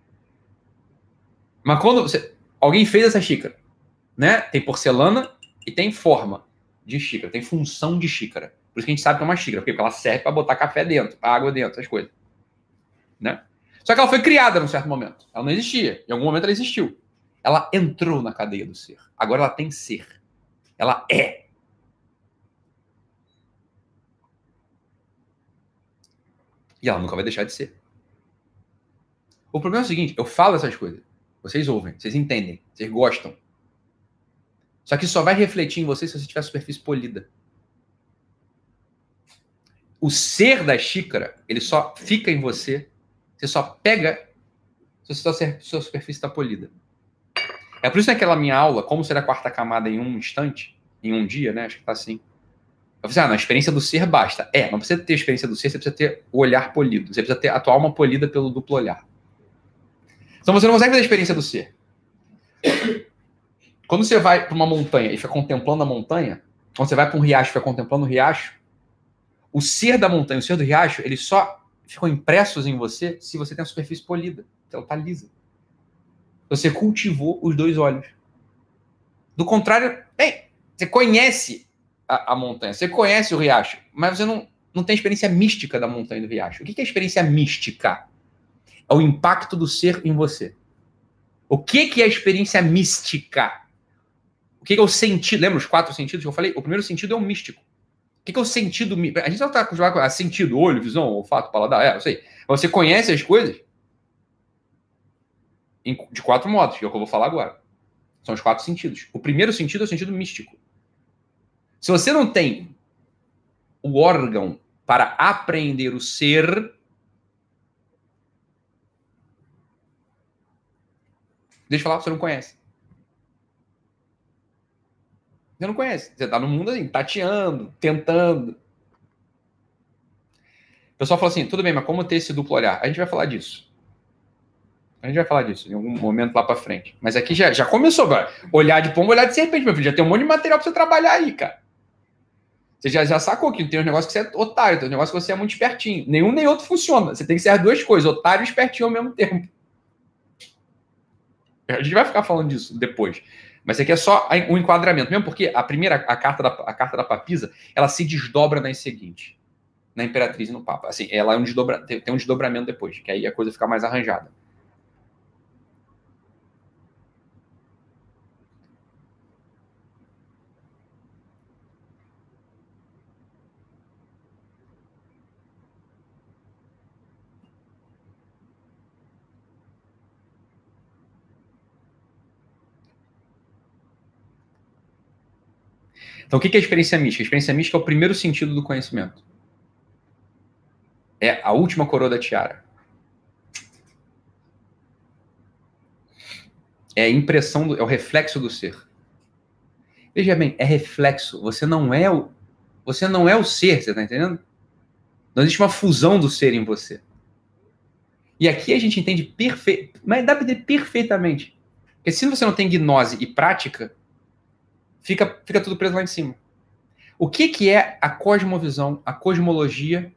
Mas quando você, alguém fez essa xícara, né? Tem porcelana e tem forma de xícara, tem função de xícara. Por isso que a gente sabe que é uma xícara, porque ela serve para botar café dentro, água dentro, essas coisas. Né? Só que ela foi criada num certo momento. Ela não existia. Em algum momento ela existiu. Ela entrou na cadeia do ser. Agora ela tem ser. Ela é. E ela nunca vai deixar de ser. O problema é o seguinte, eu falo essas coisas. Vocês ouvem, vocês entendem, vocês gostam. Só que só vai refletir em vocês se você tiver a superfície polida. O ser da xícara, ele só fica em você, você só pega se a sua superfície está polida. É por isso que naquela minha aula, como ser a quarta camada em um instante, em um dia, né? Acho que tá assim. Eu falei, ah, não, a experiência do ser basta. É, não precisa ter a experiência do ser, você precisa ter o olhar polido. Você precisa ter a tua alma polida pelo duplo olhar. Então você não consegue fazer a experiência do ser. Quando você vai para uma montanha e fica contemplando a montanha, quando você vai para um riacho e fica contemplando o riacho, o ser da montanha, o ser do riacho, eles só ficam impressos em você se você tem a superfície polida. Então ela está lisa. Você cultivou os dois olhos. Do contrário, bem, você conhece a, a montanha, você conhece o riacho, mas você não, não tem experiência mística da montanha e do riacho. O que é experiência mística? É o impacto do ser em você. O que é a experiência mística? O que é o sentido? Lembra os quatro sentidos que eu falei? O primeiro sentido é o místico. O que é o sentido? A gente não está acostumado a sentido, olho, visão, olfato, paladar, é, eu sei. Você conhece as coisas de quatro modos, que é o que eu vou falar agora. São os quatro sentidos. O primeiro sentido é o sentido místico. Se você não tem o órgão para apreender o ser, deixa eu falar, você não conhece. Você não conhece. Você está no mundo assim, tateando, tentando. O pessoal fala assim, tudo bem, mas como ter esse duplo olhar? A gente vai falar disso. A gente vai falar disso em algum momento lá pra frente. Mas aqui já, já começou agora. Olhar de pombo, olhar de serpente, meu filho. Já tem um monte de material pra você trabalhar aí, cara. Você já, já sacou que tem um negócio que você é otário, tem um negócio que você é muito espertinho. Nenhum nem outro funciona. Você tem que ser as duas coisas, otário e espertinho ao mesmo tempo. A gente vai ficar falando disso depois. Mas isso aqui é só um enquadramento. Mesmo porque a primeira, a carta da, a carta da papisa, ela se desdobra nas seguintes. Na Imperatriz e no Papa. Assim, ela é um desdobra, tem, tem um desdobramento depois, que aí a coisa fica mais arranjada. Então, o que é a experiência mística? A experiência mística é o primeiro sentido do conhecimento. É a última coroa da tiara. É a impressão, do, é o reflexo do ser. Veja bem, é reflexo. Você não é o, você não é o ser, você tá entendendo? Não existe uma fusão do ser em você. E aqui a gente entende perfeito, mas dá para entender perfeitamente. Porque se você não tem gnose e prática, fica, fica tudo preso lá em cima. O que, que é a cosmovisão, a cosmologia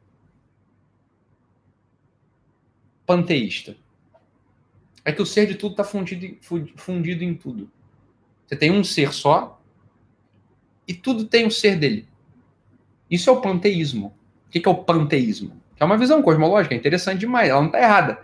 panteísta? É que o ser de tudo está fundido, fundido em tudo. Você tem um ser só e tudo tem o ser dele. Isso é o panteísmo. O que, que é o panteísmo? Que é uma visão cosmológica, é interessante demais, ela não está errada.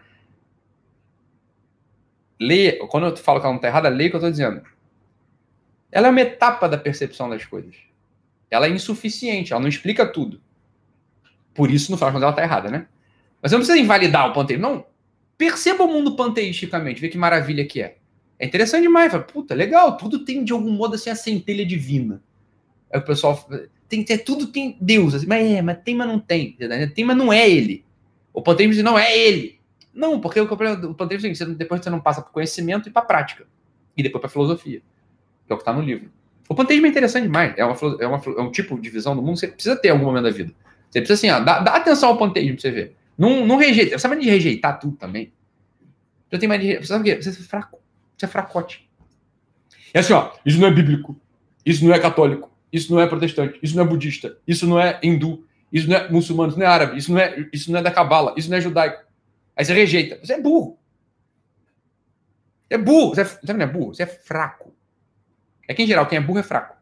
Leia, quando eu falo que ela não está errada, leia o que eu estou dizendo. Ela é uma etapa da percepção das coisas. Ela é insuficiente, ela não explica tudo. Por isso, no final, quando ela está errada, né? Mas você não precisa invalidar o panteísmo, não. Perceba o mundo panteísticamente, vê que maravilha que é. É interessante demais, fala, puta, legal, tudo tem de algum modo assim a centelha divina. Aí o pessoal tem, tem tudo tem Deus, assim, mas é, mas tem, mas não tem. Tem, mas não é ele. O panteísmo diz, não é ele. Não, porque o, o panteísmo é o seguinte, depois você não passa para conhecimento e para prática. E depois para filosofia, que é o que está no livro. O panteísmo é interessante demais, é, uma, é, uma, é um tipo de visão do mundo que você precisa ter em algum momento da vida. Você precisa assim, ó, dá, dá atenção ao panteísmo pra você ver. Não, não rejeita, você sabe de rejeitar tudo também. Eu tenho mais de rejeitar, sabe o quê? Você é fraco, você é fracote. É assim, ó, isso não é bíblico, isso não é católico, isso não é protestante, isso não é budista, isso não é hindu, isso não é muçulmano, isso não é árabe, isso não é, isso não é da cabala, isso não é judaico. Aí você rejeita, você é burro. Você é burro, você é, sabe, não é burro, você é fraco. É que em geral, quem é burro é fraco.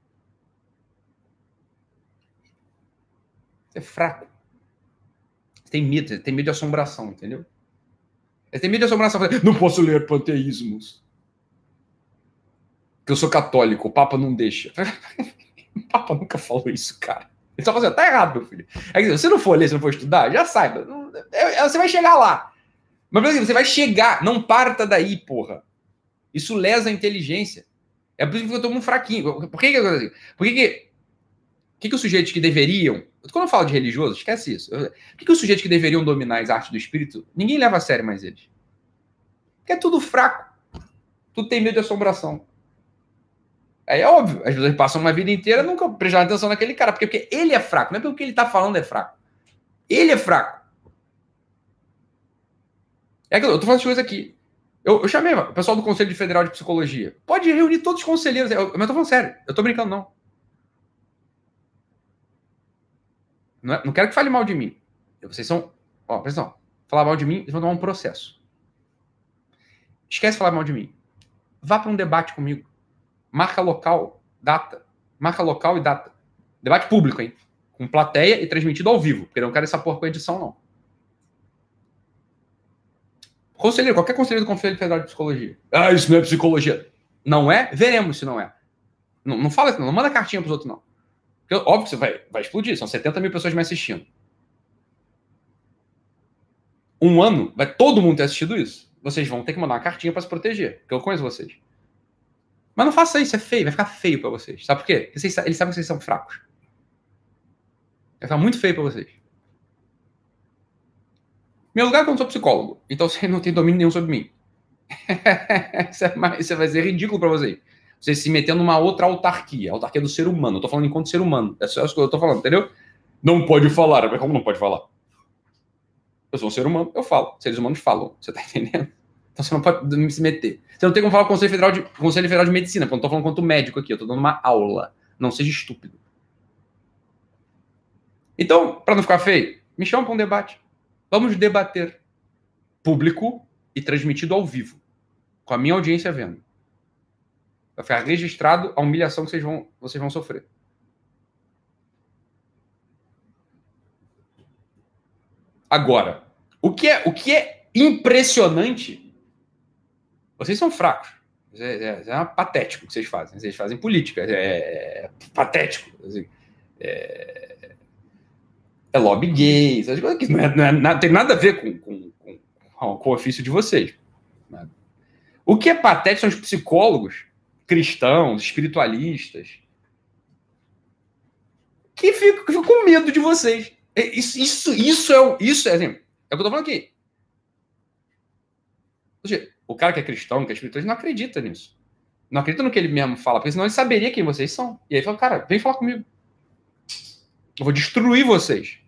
Você é fraco. Você tem medo, você tem medo de assombração, entendeu? Você tem medo de assombração. Não posso ler panteísmos. Porque eu sou católico, o Papa não deixa. O Papa nunca falou isso, cara. Ele só falou assim, tá errado, meu filho. É que, se você não for ler, se não for estudar, já saiba. Você vai chegar lá. Mas você vai chegar, não parta daí, porra. Isso lesa a inteligência. É por isso que eu tô muito fraquinho. Por que que, por que, que, que, que os sujeitos que deveriam... Quando eu falo de religioso, esquece isso. Por que, que os sujeitos que deveriam dominar as artes do espírito, ninguém leva a sério mais eles? Porque é tudo fraco. Tudo tem medo de assombração. Aí é óbvio, as pessoas passam uma vida inteira nunca prestando atenção naquele cara, porque, porque ele é fraco, não é porque o que ele tá falando é fraco. Ele é fraco. É que eu tô falando as coisas aqui. Eu, eu chamei o pessoal do Conselho Federal de Psicologia. Pode reunir todos os conselheiros. Eu, mas eu tô falando sério. Eu tô brincando, não. Não, é, não quero que fale mal de mim. Vocês são... Ó, presta atenção. Falar mal de mim, eles vão tomar um processo. Esquece de falar mal de mim. Vá para um debate comigo. Marca local, data. Marca local e data. Debate público, hein? Com plateia e transmitido ao vivo. Porque eu não quero essa porra com edição, não. Conselheiro, qualquer conselheiro do Conselho Federal de Psicologia. Ah, isso não é psicologia. Não é? Veremos se não é. Não, não fala assim, não. Não manda cartinha pros outros, não. Porque, óbvio que você vai, vai explodir. São setenta mil pessoas me assistindo. Um ano, vai todo mundo ter assistido isso. Vocês vão ter que mandar uma cartinha para se proteger. Porque eu conheço vocês. Mas não faça isso, é feio. Vai ficar feio para vocês. Sabe por quê? Porque vocês, eles sabem que vocês são fracos. Vai ficar muito feio para vocês. Meu lugar é que eu não sou psicólogo. Então você não tem domínio nenhum sobre mim. Isso, é mais, isso vai ser ridículo para vocês. Você se metendo numa outra autarquia. A autarquia do ser humano. Eu tô falando enquanto ser humano. É só isso que eu tô falando, entendeu? Não pode falar. Mas como não pode falar? Eu sou um ser humano, eu falo. Seres humanos falam. Você tá entendendo? Então você não pode se meter. Você não tem como falar com o Conselho Federal de, Conselho Federal de Medicina, porque eu não tô falando quanto médico aqui. Eu tô dando uma aula. Não seja estúpido. Então, para não ficar feio, me chama para um debate. Vamos debater. Público e transmitido ao vivo. Com a minha audiência vendo. Vai ficar registrado a humilhação que vocês vão, vocês vão sofrer. Agora, o que é, o que é impressionante, vocês são fracos. É, é, é patético o que vocês fazem. Vocês fazem política. É, é patético. Assim, é, é lobby gay. Essas coisas que não, é, não, é, não tem nada a ver com, com, com, com o ofício de vocês. O que é patético são os psicólogos cristãos, espiritualistas, que ficam, que ficam com medo de vocês. Isso, isso, isso é o. Isso é, assim, é o que eu tô falando aqui. O cara que é cristão, que é espiritual, não acredita nisso. Não acredita no que ele mesmo fala, porque senão ele saberia quem vocês são. E aí ele fala, cara, vem falar comigo. Eu vou destruir vocês.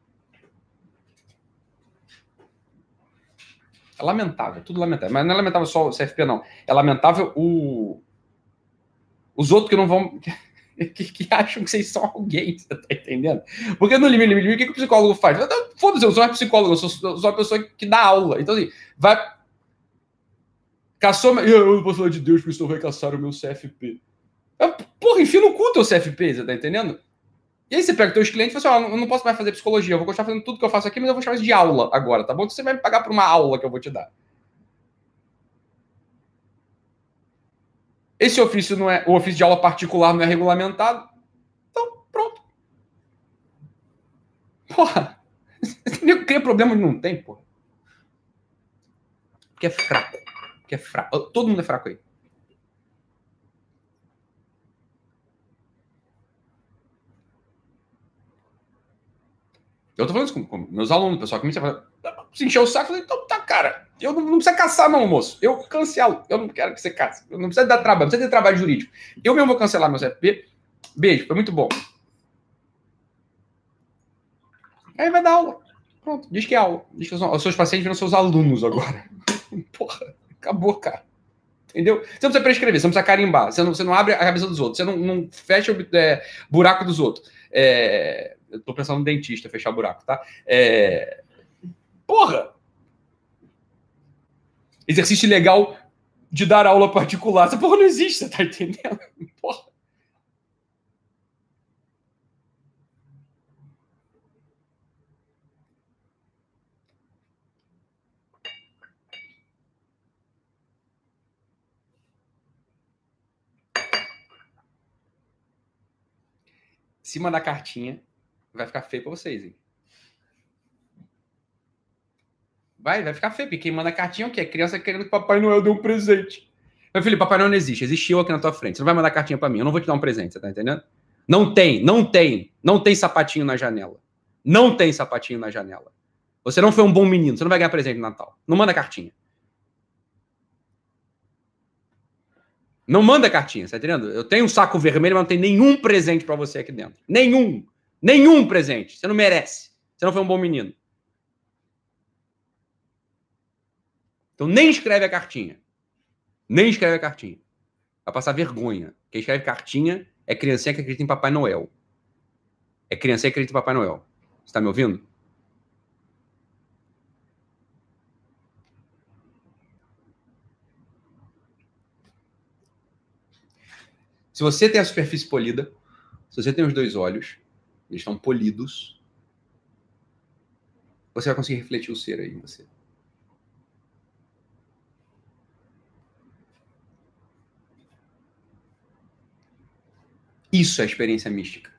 É lamentável, tudo lamentável. Mas não é lamentável só o C F P, não. É lamentável o... os outros que não vão... que, que acham que vocês são alguém, você tá entendendo? Porque no limite, limite, o que, que o psicólogo faz? Foda-se, eu sou uma psicóloga, eu sou, eu sou uma pessoa que dá aula. Então, assim, vai... Caçou... Eu não posso falar de Deus, porque senão vai caçar o meu C F P. Porra, enfia no cu o teu C F P, você tá entendendo? E aí você pega os teus clientes e fala assim, ó, eu não posso mais fazer psicologia, eu vou continuar fazendo tudo que eu faço aqui, mas eu vou chamar isso de aula agora, tá bom? Então você vai me pagar por uma aula que eu vou te dar. Esse ofício não é, o ofício de aula particular não é regulamentado, então pronto. Porra, você cria problema onde não tem, porra. Porque é fraco, porque é fraco. Todo mundo é fraco aí. Eu tô falando isso com, com meus alunos, o pessoal que me fala, se encher o saco, eu falei, então tá, cara, eu não, não precisa caçar não, moço. Eu cancelo, eu não quero que você caça. Eu não precisa dar trabalho, não precisa ter trabalho jurídico. Eu mesmo vou cancelar meu C F P. Beijo, foi muito bom. Aí vai dar aula. Pronto, diz que é aula. Diz que os seus pacientes viram seus alunos agora. Porra, acabou, cara. Entendeu? Você não precisa prescrever, você não precisa carimbar, você não, você não abre a cabeça dos outros, você não, não fecha o é, buraco dos outros. É, eu tô pensando no dentista, fechar buraco, tá? É, porra! Exercício legal de dar aula particular. Essa porra não existe, você tá entendendo? Porra. Se mandar cartinha, vai ficar feio pra vocês, hein? Vai, vai ficar feio, porque quem manda cartinha é o quê? Criança querendo que Papai Noel dê um presente. Meu filho, Papai Noel não existe. Existe eu aqui na tua frente. Você não vai mandar cartinha pra mim. Eu não vou te dar um presente, você tá entendendo? Não tem, não tem. Não tem sapatinho na janela. Não tem sapatinho na janela. Você não foi um bom menino. Você não vai ganhar presente no Natal. Não manda cartinha. Não manda cartinha, tá entendendo? Eu tenho um saco vermelho, mas não tem nenhum presente pra você aqui dentro. Nenhum. Nenhum presente. Você não merece. Você não foi um bom menino. Então nem escreve a cartinha. Nem escreve a cartinha. Vai passar vergonha. Quem escreve cartinha é criancinha que acredita em Papai Noel. É criancinha que acredita em Papai Noel. Você tá me ouvindo? Se você tem a superfície polida, se você tem os dois olhos, eles estão polidos, você vai conseguir refletir o ser aí em você. Isso é experiência mística.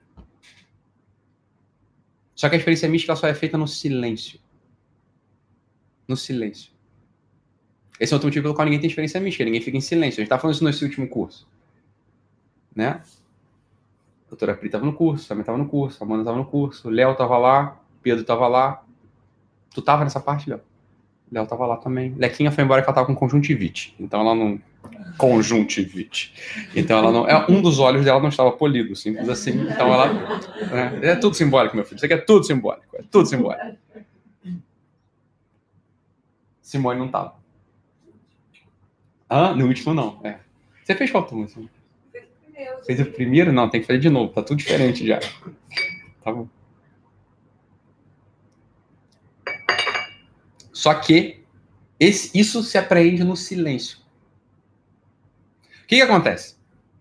Só que a experiência mística só é feita no silêncio. No silêncio. Esse é outro motivo pelo qual ninguém tem experiência mística. Ninguém fica em silêncio. A gente tá falando isso nesse último curso. Né? A doutora Pri estava no curso, também estava no curso, a Amanda estava no curso, o Léo estava lá, o Pedro estava lá. Tu estava nessa parte, Léo? O Léo estava lá também. Lequinha foi embora que ela estava com conjuntivite. Então ela não... Conjuntivite. Então ela não... É, um dos olhos dela não estava polido, simples assim. Então ela... É, é tudo simbólico, meu filho. Isso aqui é tudo simbólico. É tudo simbólico. Simone não estava. Ah, no último não. É. Você fez qual turma, assim? Fez o primeiro? Não, tem que fazer de novo. Tá tudo diferente já. Tá bom. Só que esse, isso se apreende no silêncio. O que que acontece?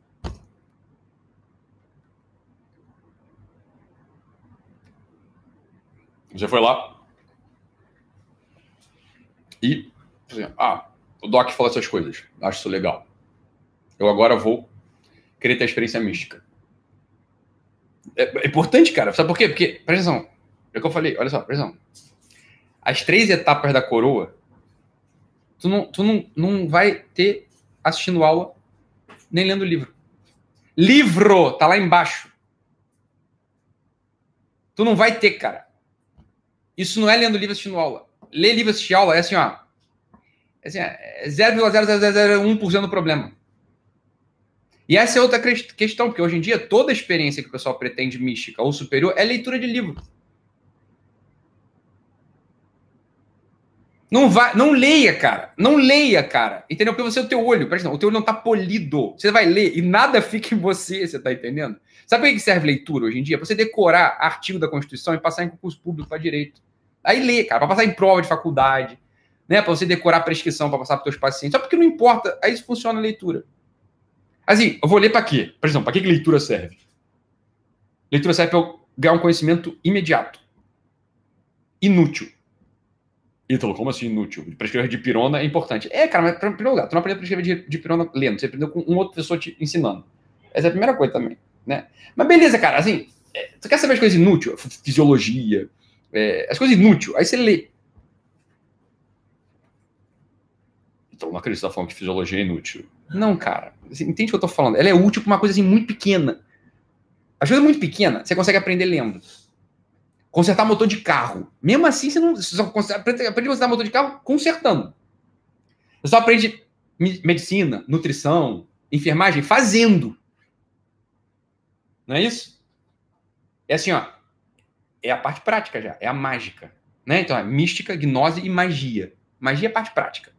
Você foi lá e... Ah, o Doc fala essas coisas. Acho isso legal. Eu agora vou querer ter a experiência mística. É, é importante, cara. Sabe por quê? Porque, presta atenção. É o que eu falei. Olha só, presta atenção. As três etapas da coroa, tu não, tu não, não vai ter assistindo aula nem lendo livro. Livro! Tá lá embaixo. Tu não vai ter, cara. Isso não é lendo livro assistindo aula. Ler livro assistir aula é assim, ó. Assim, é zero vírgula zero zero zero zero um por cento do problema. E essa é outra questão, porque hoje em dia toda experiência que o pessoal pretende mística ou superior é leitura de livro. Não vai, não leia, cara. Não leia, cara. Entendeu? Porque você é o teu olho. Presta atenção, o teu olho não tá polido. Você vai ler e nada fica em você, você tá entendendo? Sabe para que serve leitura hoje em dia? Pra você decorar artigo da Constituição e passar em concurso público para direito. Aí lê, cara, para passar em prova de faculdade, né? Para você decorar a prescrição para passar para teus pacientes. Só porque não importa, aí funciona a leitura. Assim, eu vou ler para quê? Por exemplo, para que, que leitura serve? Leitura serve para eu ganhar um conhecimento imediato. Inútil. Ítalo, como assim inútil? Prescrever dipirona é importante. É, cara, mas, em primeiro lugar, tu não aprendeu a prescrever dipirona lendo, você aprendeu com um outro pessoa te ensinando. Essa é a primeira coisa também, né? Mas beleza, cara, assim, é, tu quer saber as coisas inúteis? Fisiologia, é, as coisas inúteis, aí você lê. Então, não acredito que você tá falando que fisiologia é inútil. Não, cara, assim, entende o que eu tô falando? Ela é útil pra uma coisa assim muito pequena. As coisas muito pequenas, você consegue aprender lendo. Consertar motor de carro. Mesmo assim, você não você só aprende a consertar motor de carro consertando. Você só aprende medicina, nutrição, enfermagem fazendo. Não é isso? É assim, ó. É a parte prática já. É a mágica. Né? Então, é mística, gnose e magia. Magia é a parte prática.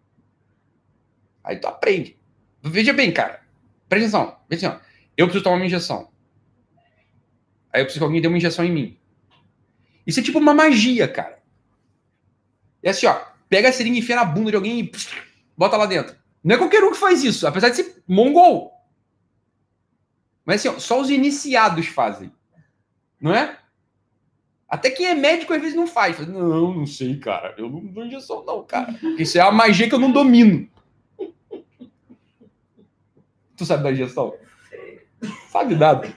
Aí tu aprende. Veja bem, cara. Presta atenção. Veja assim, ó. Eu preciso tomar uma injeção. Aí eu preciso que alguém dê uma injeção em mim. Isso é tipo uma magia, cara. É assim, ó. Pega a seringa e enfia na bunda de alguém e pss, bota lá dentro. Não é qualquer um que faz isso, apesar de ser mongol. Mas assim, ó, só os iniciados fazem. Não é? Até quem é médico às vezes não faz. Fala, não, não sei, cara. Eu não dou injeção não, cara. Porque isso é a magia que eu não domino. Tu sabe da injeção? Sabe nada.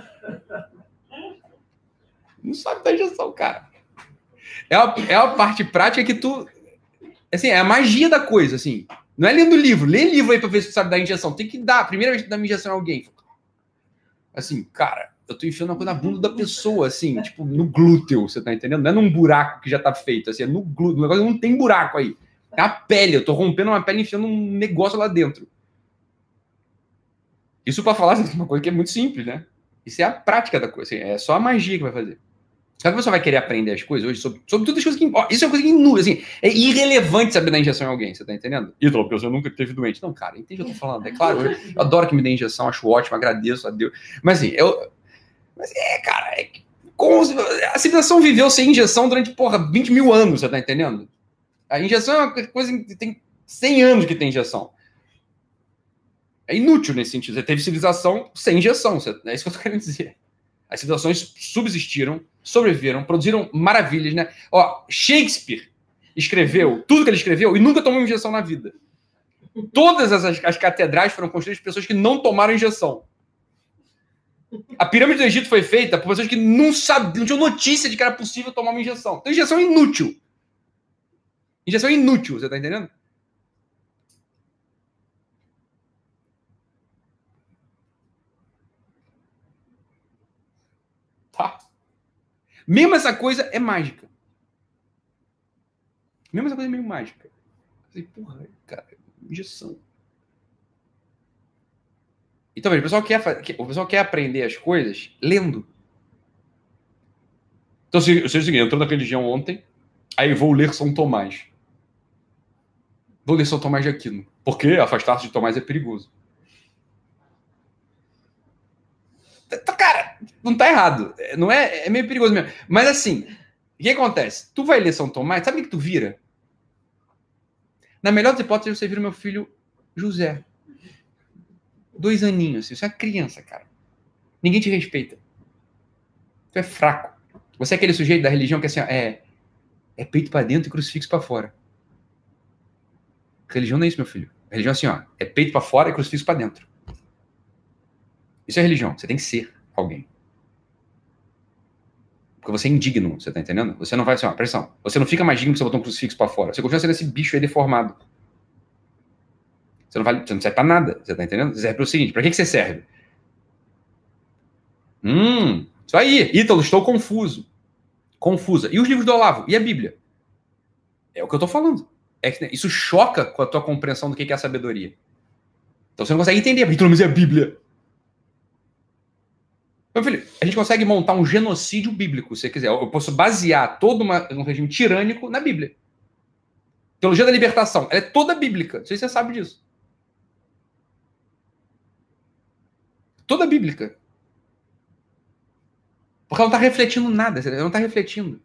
Não sabe da injeção, cara. É a, é a parte prática que tu... Assim, é a magia da coisa, assim. Não é lendo livro. Lê livro aí pra ver se tu sabe da injeção. Tem que dar. A primeira vez que tu dá uma injeção a alguém. Assim, cara, eu tô enfiando uma coisa na bunda da pessoa, assim, tipo, no glúteo, você tá entendendo? Não é num buraco que já tá feito, assim, é no glúteo. O negócio não tem buraco aí. É a pele. Eu tô rompendo uma pele e enfiando um negócio lá dentro. Isso pra falar assim, uma coisa que é muito simples, né? Isso é a prática da coisa. Assim, é só a magia que vai fazer. Sabe que você vai querer aprender as coisas hoje sobre, sobre todas as coisas que... Ó, isso é uma coisa que inútil, assim, é irrelevante saber dar injeção em alguém, você tá entendendo? Ítalo, porque você nunca teve doente. Não, cara, entende o que eu tô falando? É claro, eu, eu adoro que me dê injeção, acho ótimo, agradeço a Deus. Mas assim, eu... Mas é, cara, é que... A civilização viveu sem injeção durante, porra, vinte mil anos, você tá entendendo? A injeção é uma coisa que tem cem anos que tem injeção. É inútil nesse sentido. Você teve civilização sem injeção, é isso que eu tô querendo dizer. As civilizações subsistiram, sobreviveram, produziram maravilhas, né? Ó, Shakespeare escreveu tudo que ele escreveu e nunca tomou injeção na vida. Todas as, as catedrais foram construídas por pessoas que não tomaram injeção. A pirâmide do Egito foi feita por pessoas que não sabiam, não tinham notícia de que era possível tomar uma injeção. Então, injeção é inútil. Injeção é inútil, você tá entendendo? Tá. Mesmo essa coisa é mágica. Mesmo essa coisa é meio mágica. Falei, porra, cara, injeção. Então, veja, o pessoal quer, o pessoal quer aprender as coisas lendo. Então, se eu sei o seguinte, eu entrou na religião ontem, aí vou ler São Tomás. Vou ler São Tomás de Aquino. Porque afastar-se de Tomás é perigoso. Cara, não tá errado. Não é, é meio perigoso mesmo. Mas assim, o que acontece? Tu vai ler São Tomás, sabe o que tu vira? Na melhor das hipóteses, você vira meu filho José. Dois aninhos, assim. Você é uma criança, cara. Ninguém te respeita. Tu é fraco. Você é aquele sujeito da religião que assim, é, é peito pra dentro e crucifixo pra fora. Religião não é isso, meu filho. Religião é assim, ó. É peito pra fora e crucifixo pra dentro. Isso é religião. Você tem que ser alguém. Porque você é indigno, você tá entendendo? Você não vai assim, ó, pressão. Você não fica mais digno porque você botou um crucifixo pra fora. Você continua sendo esse bicho aí deformado. Você não, vale, você não serve pra nada, você tá entendendo? Você serve pro seguinte, pra que, que você serve? Hum, isso aí. Ítalo, estou confuso. Confusa. E os livros do Olavo? E a Bíblia? É o que eu tô falando. é que isso choca com a tua compreensão do que é a sabedoria. Então você não consegue entender, porque tu não usa a Bíblia. Meu filho, a gente consegue montar um genocídio bíblico, se você quiser. Eu posso basear todo uma, um regime tirânico na Bíblia. Teologia da libertação, ela é toda bíblica. Não sei se você sabe disso. Toda bíblica. Porque ela não está refletindo nada, ela não está refletindo.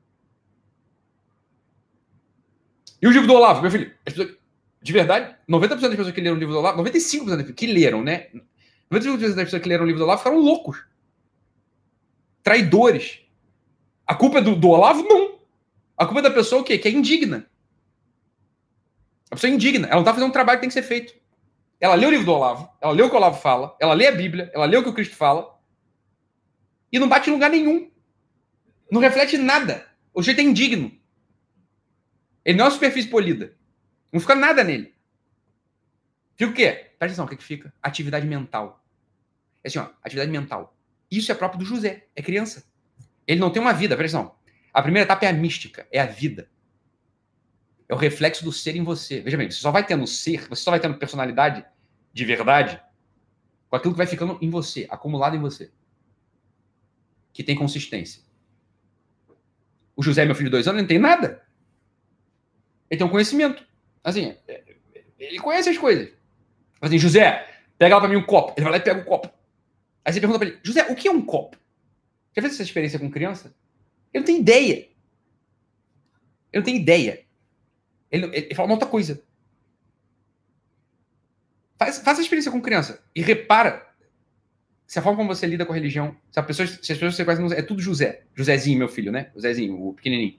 E o livro do Olavo, meu filho? De verdade, noventa por cento das pessoas que leram o livro do Olavo, noventa e cinco por cento das pessoas que leram, né? noventa e cinco por cento das pessoas que leram o livro do Olavo ficaram loucos. Traidores. A culpa é do, do Olavo? Não. A culpa é da pessoa o quê? Que é indigna. A pessoa é indigna. Ela não está fazendo um trabalho que tem que ser feito. Ela lê o livro do Olavo, ela lê o que o Olavo fala, ela lê a Bíblia, ela lê o que o Cristo fala e não bate em lugar nenhum. Não reflete nada. O jeito é indigno. Ele não é uma superfície polida. Não fica nada nele. Fica o quê? Presta atenção, o que, que fica? Atividade mental. É assim, ó, atividade mental. Isso é próprio do José, é criança. Ele não tem uma vida, presta atenção. A primeira etapa é a mística, é a vida. É o reflexo do ser em você. Veja bem, você só vai tendo ser, você só vai tendo personalidade de verdade com aquilo que vai ficando em você, acumulado em você. Que tem consistência. O José, meu filho de dois anos, ele não tem nada. Ele tem um conhecimento. Assim, ele conhece as coisas. Assim, José, pega lá pra mim um copo. Ele vai lá e pega o copo. Aí você pergunta pra ele, José, o que é um copo? Já fez essa experiência com criança? Ele não tem ideia. Ele não tem ideia. Ele, ele, ele fala uma outra coisa. Faz, faz a experiência com criança e repara se a forma como você lida com a religião, se, a pessoa, se as pessoas que você conhece, é tudo José. Josézinho, meu filho, né? Josézinho, o pequenininho.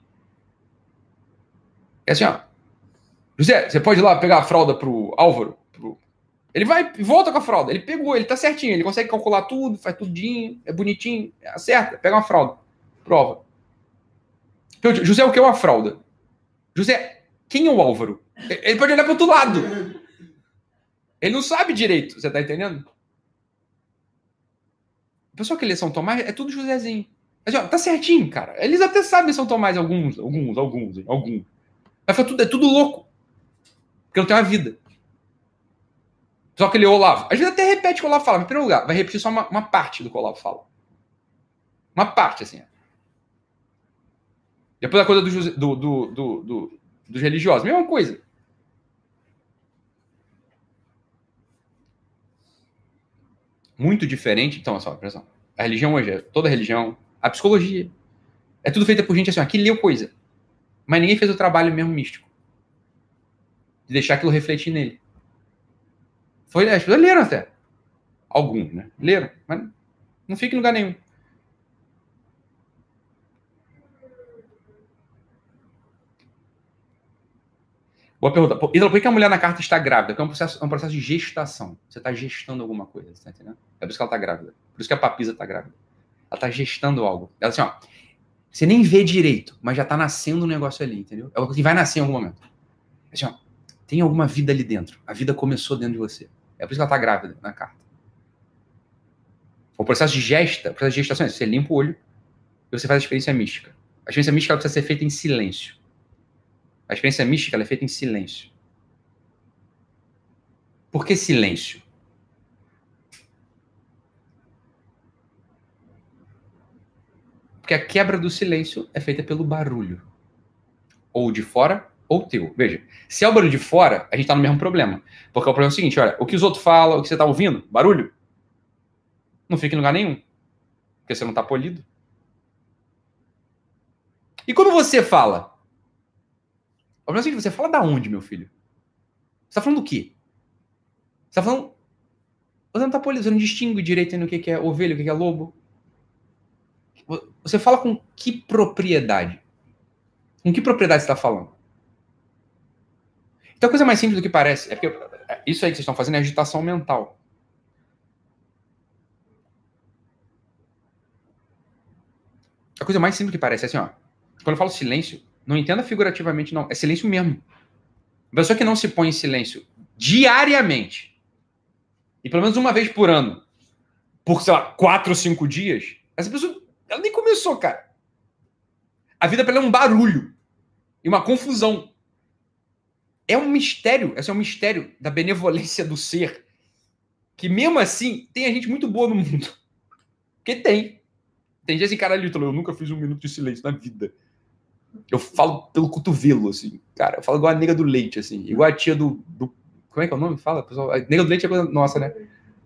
É assim, ó. José, você pode ir lá pegar a fralda pro Álvaro? Pro... Ele vai e volta com a fralda. Ele pegou, ele tá certinho. Ele consegue calcular tudo, faz tudinho, é bonitinho, acerta. Pega uma fralda pro Álvaro. José, o que é uma fralda? José, quem é o Álvaro? Ele pode olhar pro outro lado. Ele não sabe direito, você tá entendendo? A pessoa que lê São Tomás é tudo Josézinho. Mas, ó, tá certinho, cara. Eles até sabem São Tomás, alguns, alguns, alguns, alguns. Mas foi tudo, é tudo louco. Porque não tem uma vida. Só que ele Olavo. Às vezes até repete o que o Olavo fala. Mas, em primeiro lugar, vai repetir só uma, uma parte do que o Olavo fala. Uma parte, assim. Depois a coisa do, do, do, do, do, dos religiosos. Mesma coisa. Muito diferente. Então, só, presta atenção. A religião hoje é toda religião. A psicologia. É tudo feita por gente assim, ó, que leu coisa. Mas ninguém fez o trabalho mesmo místico. De deixar aquilo refletir nele. Foi, as pessoas leram até. Alguns, né? Leram. Mas não fica em lugar nenhum. Boa pergunta. Por que a mulher na carta está grávida? Porque é um processo, é um processo de gestação. Você está gestando alguma coisa, você tá entendendo? É por isso que ela está grávida. Por isso que a papisa está grávida. Ela está gestando algo. Ela assim, ó, você nem vê direito, mas já está nascendo um negócio ali, entendeu? É algo que vai nascer em algum momento. Assim, ó, tem alguma vida ali dentro. A vida começou dentro de você. É por isso que ela está grávida na carta. O processo de gesta, o processo de gestação é você limpa o olho e você faz a experiência mística. A experiência mística ela precisa ser feita em silêncio. A experiência mística ela é feita em silêncio. Por que silêncio? Porque a quebra do silêncio é feita pelo barulho. Ou de fora, ou teu. Veja, se é o barulho de fora, a gente tá no mesmo problema. Porque o problema é o seguinte, olha, o que os outros falam, o que você tá ouvindo, barulho, não fica em lugar nenhum. Porque você não tá polido. E quando você fala? O problema é o seguinte, você fala da onde, meu filho? Você tá falando do quê? Você tá falando... Você não tá polido, você não distingue direito no que é ovelha, o que é lobo. Você fala com que propriedade? Com que propriedade você está falando? Então a coisa mais simples do que parece é porque isso aí que vocês estão fazendo é agitação mental. A coisa mais simples que parece é assim, ó. Quando eu falo silêncio, não entenda figurativamente, não. É silêncio mesmo. A pessoa que não se põe em silêncio diariamente, e pelo menos uma vez por ano, por, sei lá, quatro ou cinco dias, essa pessoa, ela nem começou, cara. A vida pra ela é um barulho e uma confusão. É um mistério, esse é um mistério da benevolência do ser, que mesmo assim tem a gente muito boa no mundo. Porque tem. Tem gente assim, caralho, eu nunca fiz um minuto de silêncio na vida. Eu falo pelo cotovelo, assim, cara. Eu falo igual a nega do leite, assim. Igual a tia do... do como é que é o nome? Fala, pessoal. A nega do leite é coisa nossa, né?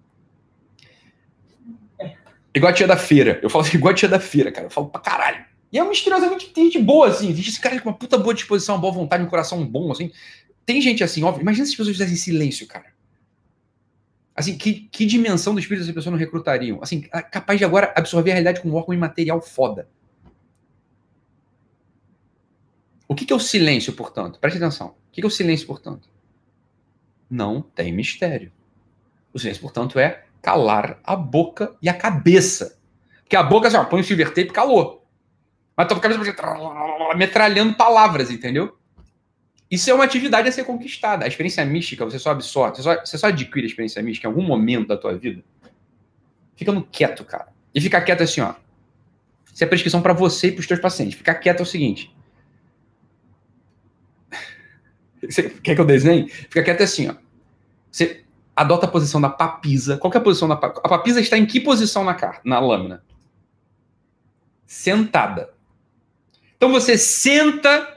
Igual a tia da feira. Eu falo assim, igual a tia da feira, cara. Eu falo pra caralho. E é uma misteriosamente tem gente boa, assim. Existe esse cara com uma puta boa disposição, uma boa vontade, um coração bom, assim. Tem gente assim, óbvio. Imagina se as pessoas fizessem silêncio, cara. Assim, que, que dimensão do espírito essa pessoa não recrutariam? Assim, capaz de agora absorver a realidade com um órgão imaterial foda. O que, que é o silêncio, portanto? Preste atenção. O que, que é o silêncio, portanto? Não tem mistério. O silêncio, portanto, é calar a boca e a cabeça. Porque a boca, assim, ó, põe o silver tape e calou. Mas tua cabeça metralhando palavras, entendeu? Isso é uma atividade a ser conquistada. A experiência mística, você só absorve, você só, você só adquire a experiência mística em algum momento da tua vida. Ficando quieto, cara. E ficar quieto assim, ó. Isso é prescrição para você e para os teus pacientes. Ficar quieto é o seguinte. Você quer que eu desenhe? Fica quieto assim, ó. Você adota a posição da papisa. Qual que é a posição da papisa? A papisa está em que posição na, car... na lâmina? Sentada. Então você senta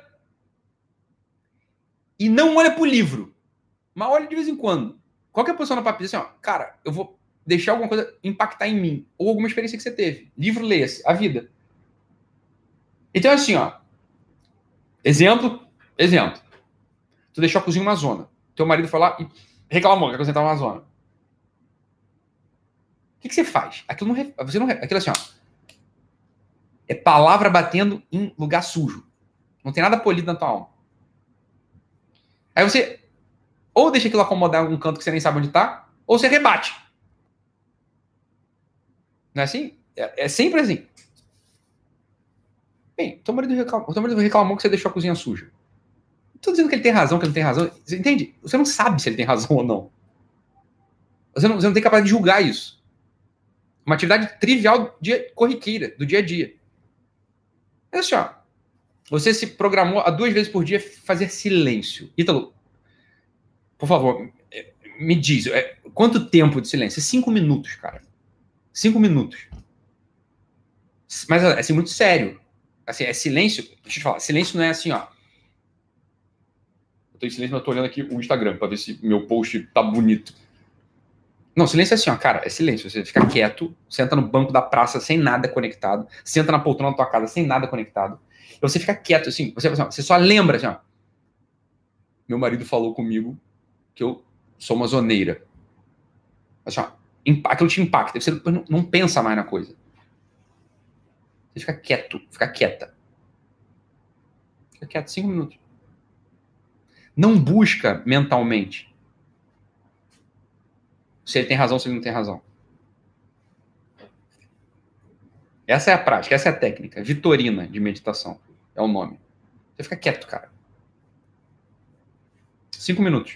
e não olha pro livro. Mas olha de vez em quando. Qual que é a posição da papisa? Assim, ó, cara, eu vou deixar alguma coisa impactar em mim. Ou alguma experiência que você teve. Livro, leia-se. A vida. Então, assim, ó. Exemplo. Exemplo. Tu deixou a cozinha uma zona. Teu marido foi lá e reclamou que a cozinha estava uma zona. O que, que você faz? Aquilo não, você não. Aquilo assim, ó. É palavra batendo em lugar sujo. Não tem nada polido na tua alma. Aí você ou deixa aquilo acomodar em algum canto que você nem sabe onde tá, ou você rebate. Não é assim? É, é sempre assim. Bem, teu marido, reclamou, teu marido reclamou que você deixou a cozinha suja. Não tô dizendo que ele tem razão, que ele não tem razão. Você entende? Você não sabe se ele tem razão ou não. Você não, você não tem capacidade de julgar isso. Uma atividade trivial de corriqueira, do dia a dia. É assim, ó. Você se programou a duas vezes por dia fazer silêncio. Ítalo, por favor, me diz, é, quanto tempo de silêncio? Cinco minutos, cara. Cinco minutos. Mas é assim, muito sério. Assim, é silêncio. Deixa eu te falar, silêncio não é assim, ó. Eu tô em silêncio, mas eu tô olhando aqui o Instagram pra ver se meu post tá bonito. Não, silêncio é assim, ó, cara, é silêncio. Você fica quieto, senta no banco da praça sem nada conectado, senta na poltrona da tua casa sem nada conectado. E você fica quieto, assim, você, assim, ó, você só lembra, assim, ó. Meu marido falou comigo que eu sou uma zoneira. Assim, ó, aquilo te impacta. Você não, não pensa mais na coisa. Você fica quieto, fica quieta. Fica quieto, cinco minutos. Não busca mentalmente se ele tem razão ou se ele não tem razão. Essa é a prática, essa é a técnica. Vitorina de meditação é o nome. Você fica quieto, cara. Cinco minutos.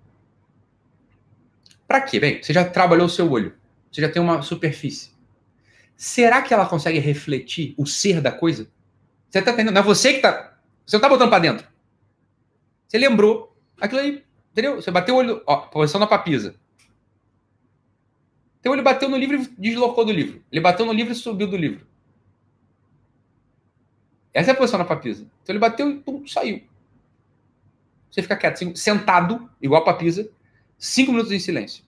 Pra quê? Bem, você já trabalhou o seu olho. Você já tem uma superfície. Será que ela consegue refletir o ser da coisa? Você tá entendendo? Não é você que tá... Você não tá botando pra dentro. Você lembrou aquilo aí, entendeu? Você bateu o olho... Ó, posição da papisa. Teu olho bateu no livro e deslocou do livro. Ele bateu no livro e subiu do livro. Essa é a posição da papisa. Então ele bateu e pum, saiu. Você fica quieto, sentado, igual a papisa, cinco minutos em silêncio.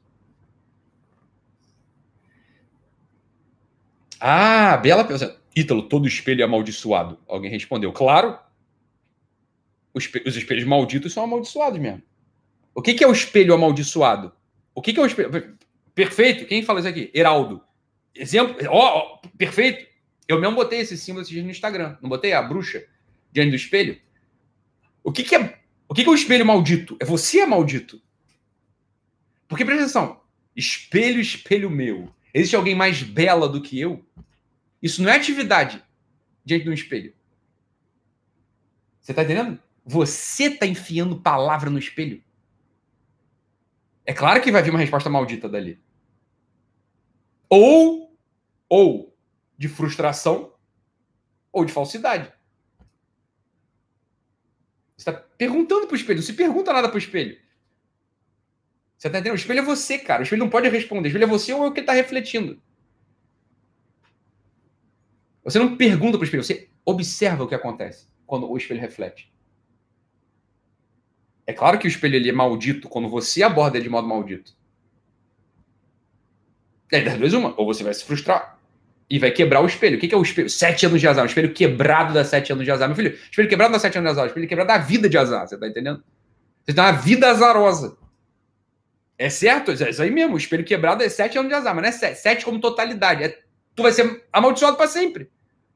Ah, bela pergunta. Ítalo, todo espelho é amaldiçoado. Alguém respondeu. Claro. Os espelhos malditos são amaldiçoados mesmo. O que, que é o espelho amaldiçoado? O que, que é o espelho... Perfeito. Quem fala isso aqui? Heraldo. Exemplo. Ó, oh, perfeito. Eu mesmo botei esse símbolo esses dias no Instagram. Não botei a bruxa diante do espelho? O que, que é... O que, que é o espelho maldito? É você é maldito. Porque, presta atenção. Espelho, espelho meu. Existe alguém mais bela do que eu? Isso não é atividade diante de um espelho. Você tá entendendo? Você tá enfiando palavra no espelho. É claro que vai vir uma resposta maldita dali. Ou, ou de frustração, ou de falsidade. Você está perguntando pro espelho. Não se pergunta nada pro espelho. Você tá entendendo? O espelho é você, cara. O espelho não pode responder. O espelho é você ou é o que ele tá refletindo. Você não pergunta pro espelho. Você observa o que acontece quando o espelho reflete. É claro que o espelho ele é maldito quando você aborda ele de modo maldito. É das duas uma. Ou você vai se frustrar e vai quebrar o espelho. O que é o espelho? Sete anos de azar. O espelho quebrado dá sete anos de azar. Meu filho, o espelho quebrado dá sete anos de azar. O espelho quebrado dá vida de azar. Você tá entendendo? Você tem uma vida azarosa. É certo? É isso aí mesmo. O espelho quebrado é sete anos de azar. Mas não é sete. Sete como totalidade. É, tu vai ser amaldiçoado para sempre.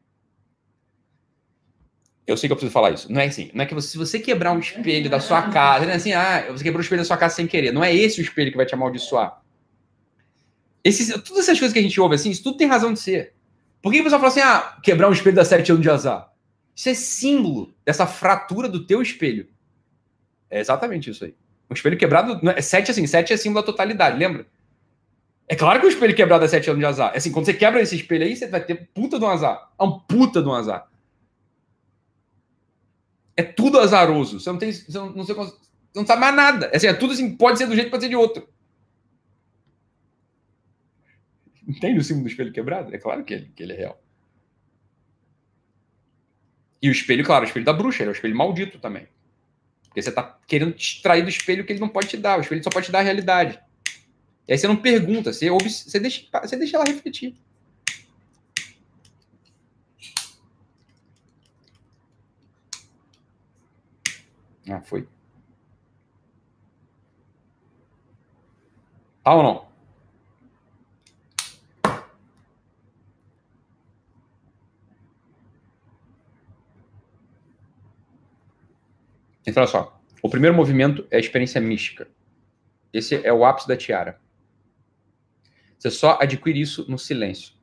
Eu sei que eu preciso falar isso. Não é assim. Não é que você, se você quebrar um espelho da sua casa, não é assim, ah, você quebrou o espelho da sua casa sem querer. Não é esse o espelho que vai te amaldiçoar. Esses, todas essas coisas que a gente ouve assim, isso tudo tem razão de ser. Por que o pessoal fala assim, ah, quebrar um espelho dá sete anos de azar? Isso é símbolo dessa fratura do teu espelho. É exatamente isso aí. Um espelho quebrado, não é, sete assim, sete é símbolo da totalidade, lembra? É claro que o espelho quebrado é sete anos de azar. É assim, quando você quebra esse espelho aí, você vai ter puta de um azar. É um puta de um azar. É tudo azaroso. Você não tem. Você não, não, você não sabe mais nada. É, assim, é tudo assim, pode ser do jeito, pode ser de outro. Entende o símbolo do espelho quebrado? É claro que ele, que ele é real. E o espelho, claro, o espelho da bruxa, ele é o espelho maldito também. Porque você está querendo te extrair do espelho que ele não pode te dar. O espelho só pode te dar a realidade. E aí você não pergunta, você, ouve, você, deixa, você deixa ela refletir. Ah, foi. Tá ou não? Então, olha só. O primeiro movimento é a experiência mística. Esse é o ápice da tiara. Você só adquire isso no silêncio.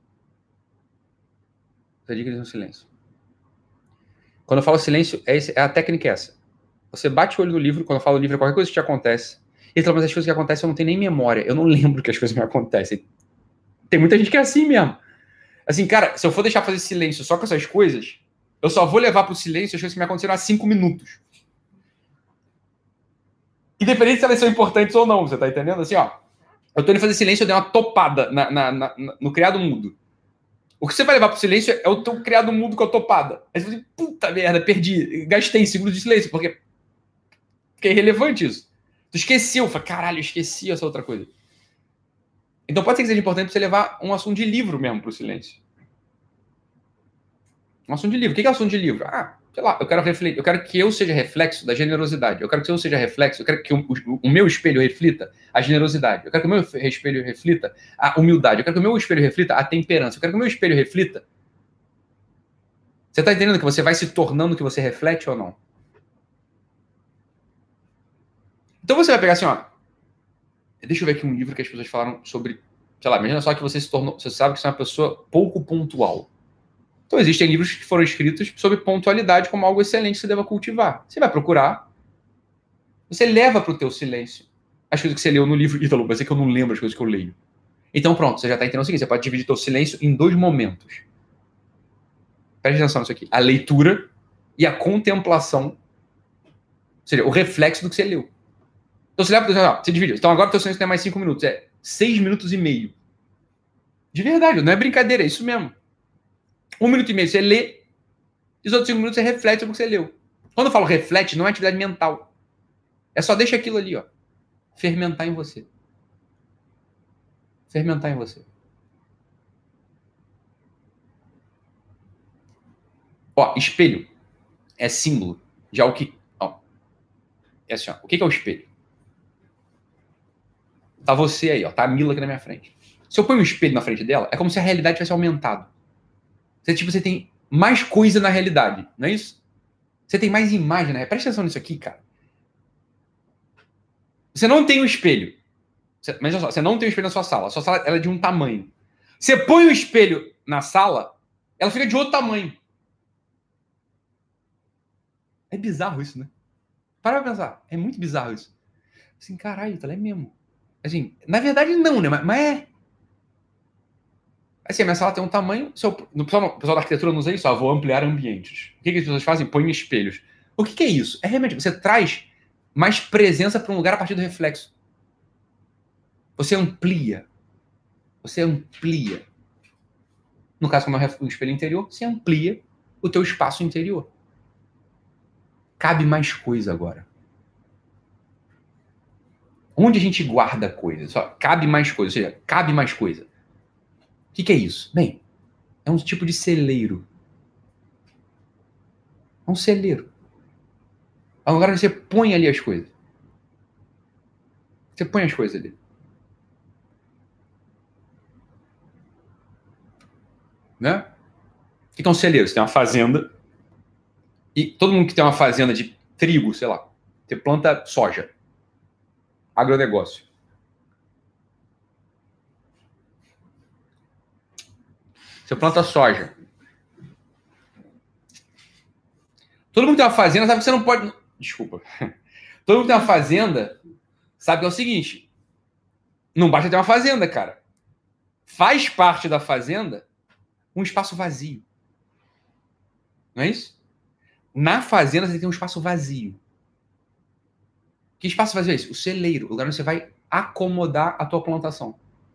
Você adquire isso no silêncio. Quando eu falo silêncio, é, esse, é a técnica é essa. Você bate o olho no livro, quando eu falo livro, qualquer coisa que te acontece. E mas as coisas que acontecem eu não tenho nem memória. Eu não lembro que as coisas me acontecem. Tem muita gente que é assim mesmo. Assim, cara, se eu for deixar fazer silêncio só com essas coisas, eu só vou levar pro silêncio as coisas que me aconteceram há cinco minutos. Independente se elas são importantes ou não, você tá entendendo? Assim, ó, eu tô indo fazer silêncio, eu dei uma topada na, na, na, no criado mudo. O que você vai levar pro silêncio é o teu criado mudo com a topada. Aí você fala assim, puta merda, perdi, gastei segundos de silêncio, porque, porque é irrelevante isso. Tu esqueceu, fala, caralho, eu esqueci essa outra coisa. Então pode ser que seja importante pra você levar um assunto de livro mesmo pro silêncio. Um assunto de livro. O que é assunto de livro? Ah, sei lá, eu quero refletir, eu quero que eu seja reflexo da generosidade. Eu quero que eu seja reflexo, eu quero que o, o, o meu espelho reflita a generosidade. Eu quero que o meu espelho reflita a humildade. Eu quero que o meu espelho reflita a temperança. Eu quero que o meu espelho reflita. Você está entendendo que você vai se tornando o que você reflete ou não? Então você vai pegar assim, ó. Deixa eu ver aqui um livro que as pessoas falaram sobre. Sei lá, imagina só que você se tornou. Você sabe que você é uma pessoa pouco pontual. Então, existem livros que foram escritos sobre pontualidade como algo excelente que você deva cultivar. Você vai procurar, você leva para o teu silêncio as coisas que você leu no livro. Ítalo, vai ser que eu não lembro as coisas que eu leio. Então, pronto, você já está entendendo o seguinte, você pode dividir teu silêncio em dois momentos. Preste atenção nisso aqui. A leitura e a contemplação. Ou seja, o reflexo do que você leu. Então, você leva, você divide. Então, agora o teu silêncio não é mais cinco minutos, é seis minutos e meio. De verdade, não é brincadeira, é isso mesmo. Um minuto e meio você lê, e os outros cinco minutos você reflete sobre o que você leu. Quando eu falo reflete, não é atividade mental. É só deixa aquilo ali, ó. Fermentar em você. Fermentar em você. Ó, espelho é símbolo de algo que... Ó, é assim, ó. O que é o espelho? Tá você aí, ó. Tá a Mila aqui na minha frente. Se eu ponho um espelho na frente dela, é como se a realidade tivesse aumentado. Você, tipo, você tem mais coisa na realidade, não é isso? Você tem mais imagem, né? Presta atenção nisso aqui, cara. Você não tem um espelho. Você, mas olha só, você não tem um espelho na sua sala. A sua sala ela é de um tamanho. Você põe o espelho na sala, ela fica de outro tamanho. É bizarro isso, né? Para pra pensar. É muito bizarro isso. Assim, caralho, ela é mesmo. Assim, na verdade não, né? Mas, mas é. Assim, a minha sala tem um tamanho... Se eu, no, o pessoal da arquitetura não usa isso, ó, vou ampliar ambientes. O que, que as pessoas fazem? Põem espelhos. O que, que é isso? É realmente, você traz mais presença para um lugar a partir do reflexo. Você amplia. Você amplia. No caso, como é um espelho interior, você amplia o teu espaço interior. Cabe mais coisa agora. Onde a gente guarda coisa? Só cabe mais coisa, ou seja, cabe mais coisa. O que, que é isso? Bem, é um tipo de celeiro. É um celeiro. É um lugar onde você põe ali as coisas. Você põe as coisas ali. Né? O que é um celeiro? Você tem uma fazenda e todo mundo que tem uma fazenda de trigo, sei lá, você planta soja. Agronegócio. Você planta soja. Todo mundo que tem uma fazenda sabe que você não pode... Desculpa. Todo mundo que tem uma fazenda sabe que é o seguinte. Não basta ter uma fazenda, cara. Faz parte da fazenda um espaço vazio. Não é isso? Na fazenda você tem um espaço vazio. Que espaço vazio é esse? O celeiro. O lugar onde você vai acomodar a tua plantação.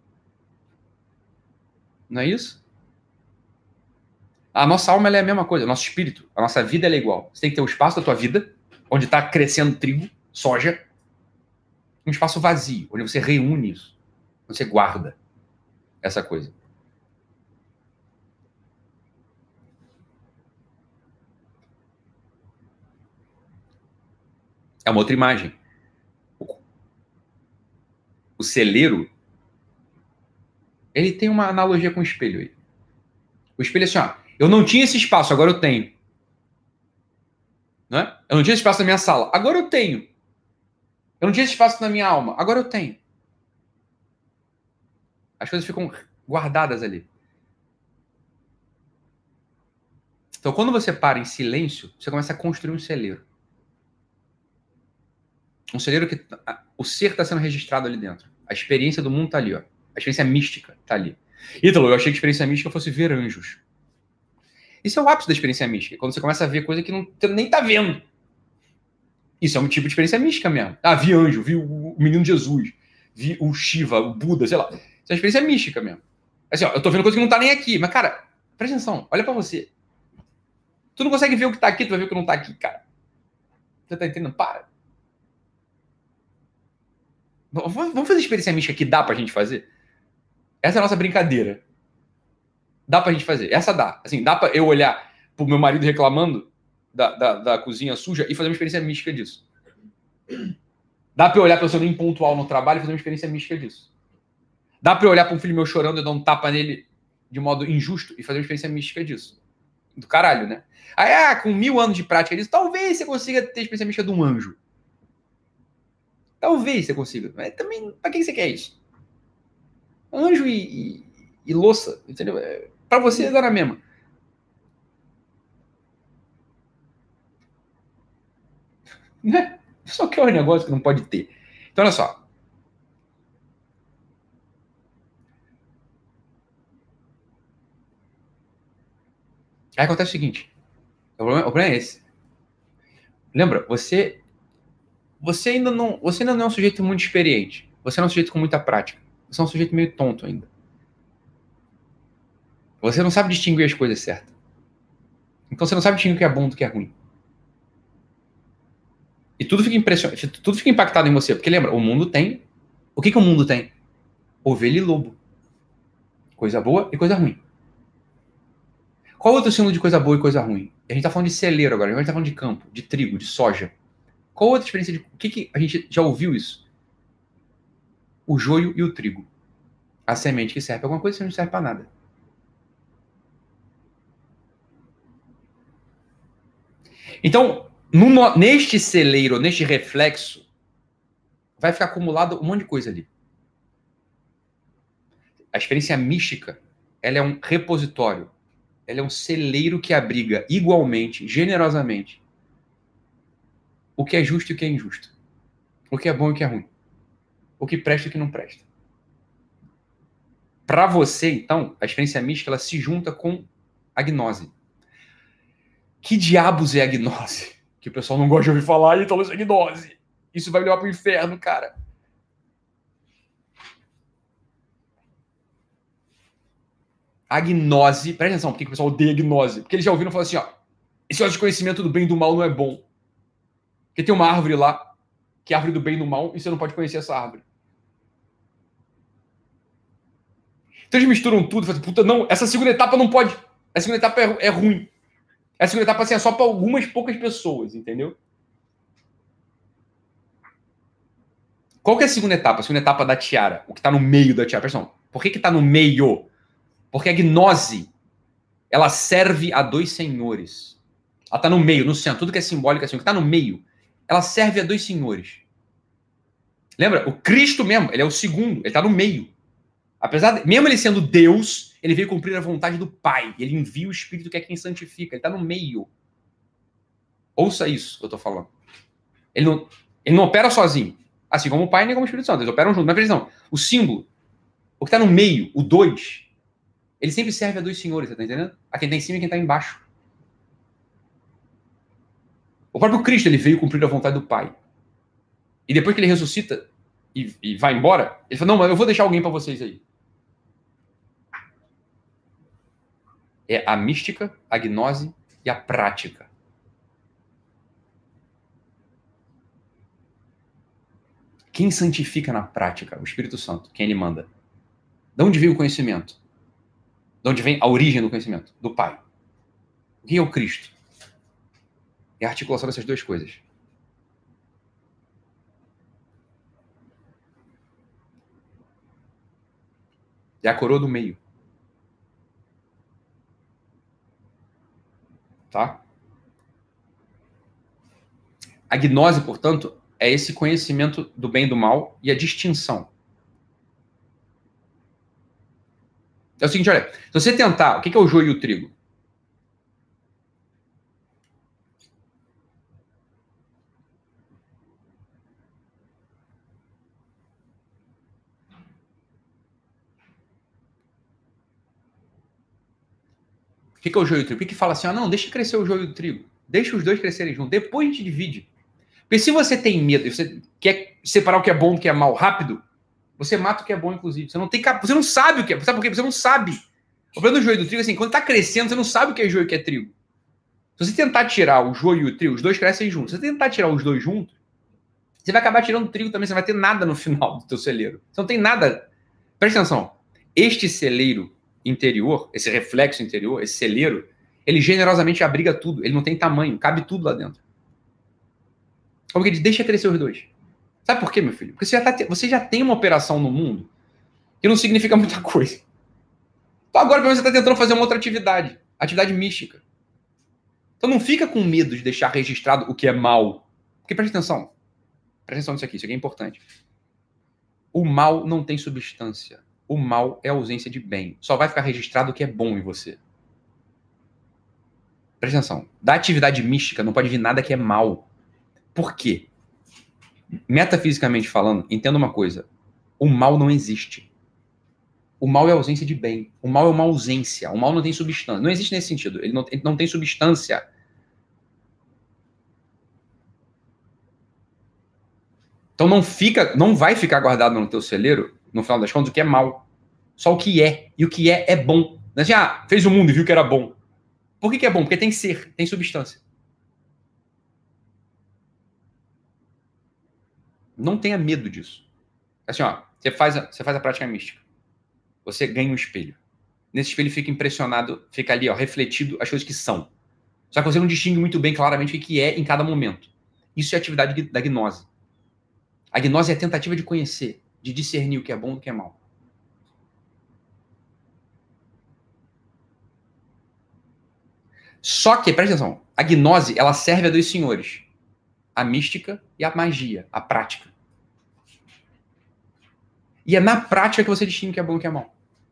Não é isso? A nossa alma ela é a mesma coisa. O nosso espírito, a nossa vida ela é igual. Você tem que ter um espaço da tua vida onde está crescendo trigo, soja. Um espaço vazio, onde você reúne isso. Onde você guarda essa coisa. É uma outra imagem. O celeiro, ele tem uma analogia com o espelho aí. O espelho é assim, ó, eu não tinha esse espaço, agora eu tenho. Não é? Eu não tinha esse espaço na minha sala, agora eu tenho. Eu não tinha esse espaço na minha alma, agora eu tenho. As coisas ficam guardadas ali. Então, quando você para em silêncio, você começa a construir um celeiro. Um celeiro que o ser está sendo registrado ali dentro. A experiência do mundo está ali, ó. A experiência mística está ali. Ítalo, eu achei que a experiência mística fosse ver anjos. Isso é o ápice da experiência mística. Quando você começa a ver coisa que não, você nem está vendo. Isso é um tipo de experiência mística mesmo. Ah, vi anjo, vi o menino Jesus, vi o Shiva, o Buda, sei lá. Isso é uma experiência mística mesmo. Assim, ó, eu tô vendo coisa que não tá nem aqui. Mas, cara, presta atenção, olha pra você. Tu não consegue ver o que tá aqui, tu vai ver o que não tá aqui, cara. Você tá entendendo? Para. Vamos fazer experiência mística que dá pra gente fazer? Essa é a nossa brincadeira. Dá pra gente fazer. Essa dá. Assim, dá pra eu olhar pro meu marido reclamando da, da, da cozinha suja e fazer uma experiência mística disso. Dá pra eu olhar pra pessoa impontual no trabalho e fazer uma experiência mística disso. Dá pra eu olhar pra um filho meu chorando e dar um tapa nele de modo injusto e fazer uma experiência mística disso. Do caralho, né? Aí, ah, com mil anos de prática disso, talvez você consiga ter a experiência mística de um anjo. Talvez você consiga. Mas também, pra que você quer isso? Anjo e, e, e louça, entendeu? Pra você dá na mesma. Né? Só que é um negócio que não pode ter. Então, olha só. Aí acontece o seguinte. O problema, o problema é esse. Lembra, você, você, ainda não, você ainda não é um sujeito muito experiente. Você não é um sujeito com muita prática. Você é um sujeito meio tonto ainda. Você não sabe distinguir as coisas certas. Então você não sabe distinguir o que é bom do que é ruim. E tudo fica impressionante, tudo fica impactado em você. Porque lembra, o mundo tem... O que, que o mundo tem? Ovelha e lobo. Coisa boa e coisa ruim. Qual outro símbolo de coisa boa e coisa ruim? A gente tá falando de celeiro agora, a gente tá falando de campo, de trigo, de soja. Qual outra experiência de... O que, que a gente já ouviu isso? O joio e o trigo. A semente que serve para alguma coisa e não serve para nada. Então, no, neste celeiro, neste reflexo, vai ficar acumulado um monte de coisa ali. A experiência mística, ela é um repositório. Ela é um celeiro que abriga igualmente, generosamente, o que é justo e o que é injusto. O que é bom e o que é ruim. O que presta e o que não presta. Para você, então, a experiência mística ela se junta com a gnose. Que diabos é a gnose? que o pessoal não gosta de ouvir falar, então isso é gnose. Isso vai levar pro inferno, cara. A gnose, presta atenção, por que o pessoal odeia a gnose? Porque eles já ouviram falar assim, ó, esse negócio de conhecimento do bem e do mal não é bom. Porque tem uma árvore lá, que é a árvore do bem e do mal, e você não pode conhecer essa árvore. Então eles misturam tudo, fazem, puta, não, essa segunda etapa não pode, essa segunda etapa é, é ruim. Essa segunda etapa assim, é só para algumas poucas pessoas, entendeu? Qual que é a segunda etapa? A segunda etapa da tiara, o que está no meio da tiara. Presta atenção, por que que está no meio? Porque a gnose, ela serve a dois senhores. Ela está no meio, no centro, tudo que é simbólico assim, o que está no meio, ela serve a dois senhores. Lembra? O Cristo mesmo, ele é o segundo, ele está no meio. Apesar de, mesmo ele sendo Deus, ele veio cumprir a vontade do Pai. Ele envia o Espírito que é quem santifica. Ele está no meio. Ouça isso que eu estou falando. Ele não, ele não opera sozinho. Assim como o Pai nem como o Espírito Santo. Eles operam juntos. Mas não. O símbolo, o que está no meio, o dois, ele sempre serve a dois senhores, você está entendendo? A quem está em cima e quem está embaixo. O próprio Cristo, ele veio cumprir a vontade do Pai. E depois que ele ressuscita e, e vai embora, ele fala, não, mas eu vou deixar alguém para vocês aí. É a mística, a gnose e a prática. Quem santifica na prática? O Espírito Santo. Quem ele manda? De onde veio o conhecimento? De onde vem a origem do conhecimento? Do Pai. Quem é o Cristo? É a articulação dessas duas coisas. É a coroa do meio. Tá? A gnose, portanto, é esse conhecimento do bem e do mal e a distinção. É o seguinte, olha, se você tentar, o que é o joio e o trigo? O que é o joio e o trigo? Por que fala assim, ah, não, deixa crescer o joio e o trigo. Deixa os dois crescerem juntos. Depois a gente divide. Porque se você tem medo, você quer separar o que é bom do que é mal rápido, você mata o que é bom, inclusive. Você não tem cap... você não sabe o que é. Sabe por quê? Você não sabe. O problema do joio e do trigo é assim, quando tá crescendo, você não sabe o que é joio e o que é trigo. Se você tentar tirar o joio e o trigo, os dois crescem juntos. Se você tentar tirar os dois juntos, você vai acabar tirando o trigo também, você não vai ter nada no final do teu celeiro. Você não tem nada. Presta atenção. Este celeiro interior, esse reflexo interior, esse celeiro, ele generosamente abriga tudo. Ele não tem tamanho, cabe tudo lá dentro. Como que ele diz? Deixa crescer os dois. Sabe por quê, meu filho? Porque você já, tá, você já tem uma operação no mundo que não significa muita coisa. Então agora você está tentando fazer uma outra atividade. Atividade mística. Então não fica com medo de deixar registrado o que é mal. Porque presta atenção. Presta atenção nisso aqui, isso aqui é importante. O mal não tem substância. O mal é a ausência de bem. Só vai ficar registrado o que é bom em você. Presta atenção. Da atividade mística não pode vir nada que é mal. Por quê? Metafisicamente falando, entenda uma coisa. O mal não existe. O mal é a ausência de bem. O mal é uma ausência. O mal não tem substância. Não existe nesse sentido. Ele não, ele não tem substância. Então não fica, não vai ficar guardado no teu celeiro, no final das contas, o que é mal. Só o que é. E o que é, é bom. Não é assim, ah, fez o mundo e viu que era bom. Por que que é bom? Porque tem ser, tem substância. Não tenha medo disso. Assim, ó, você faz a, você faz a prática mística. Você ganha um espelho. Nesse espelho fica impressionado, fica ali, ó, refletido as coisas que são. Só que você não distingue muito bem, claramente, o que é em cada momento. Isso é a atividade da gnose. A gnose é a tentativa de conhecer, de discernir o que é bom do que é mal. Só que, presta atenção, a gnose, ela serve a dois senhores. A mística e a magia, a prática. E é na prática que você distingue o que é bom e o que é mal.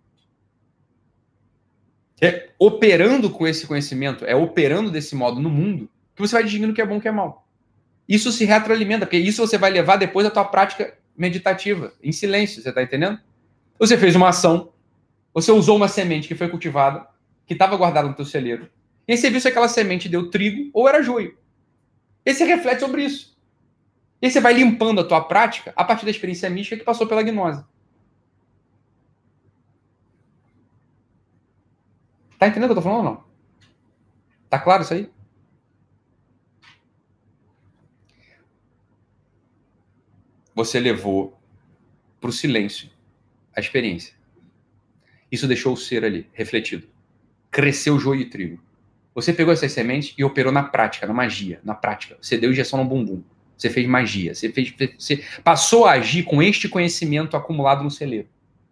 É operando com esse conhecimento, é operando desse modo no mundo, que você vai distinguindo o que é bom e o que é mal. Isso se retroalimenta, porque isso você vai levar depois da tua prática meditativa, em silêncio, você está entendendo? Você fez uma ação, você usou uma semente que foi cultivada, que estava guardada no teu celeiro, e aí você viu se aquela semente deu trigo ou era joio. E aí você reflete sobre isso. E aí você vai limpando a tua prática a partir da experiência mística que passou pela gnose. Tá entendendo o que eu tô falando ou não? Tá claro isso aí? Você levou para o silêncio a experiência. Isso deixou o ser ali, refletido. Cresceu joio e trigo. Você pegou essas sementes e operou na prática, na magia, na prática. Você deu injeção no bumbum. Você fez magia. Você, fez, você passou a agir com este conhecimento acumulado no celeiro.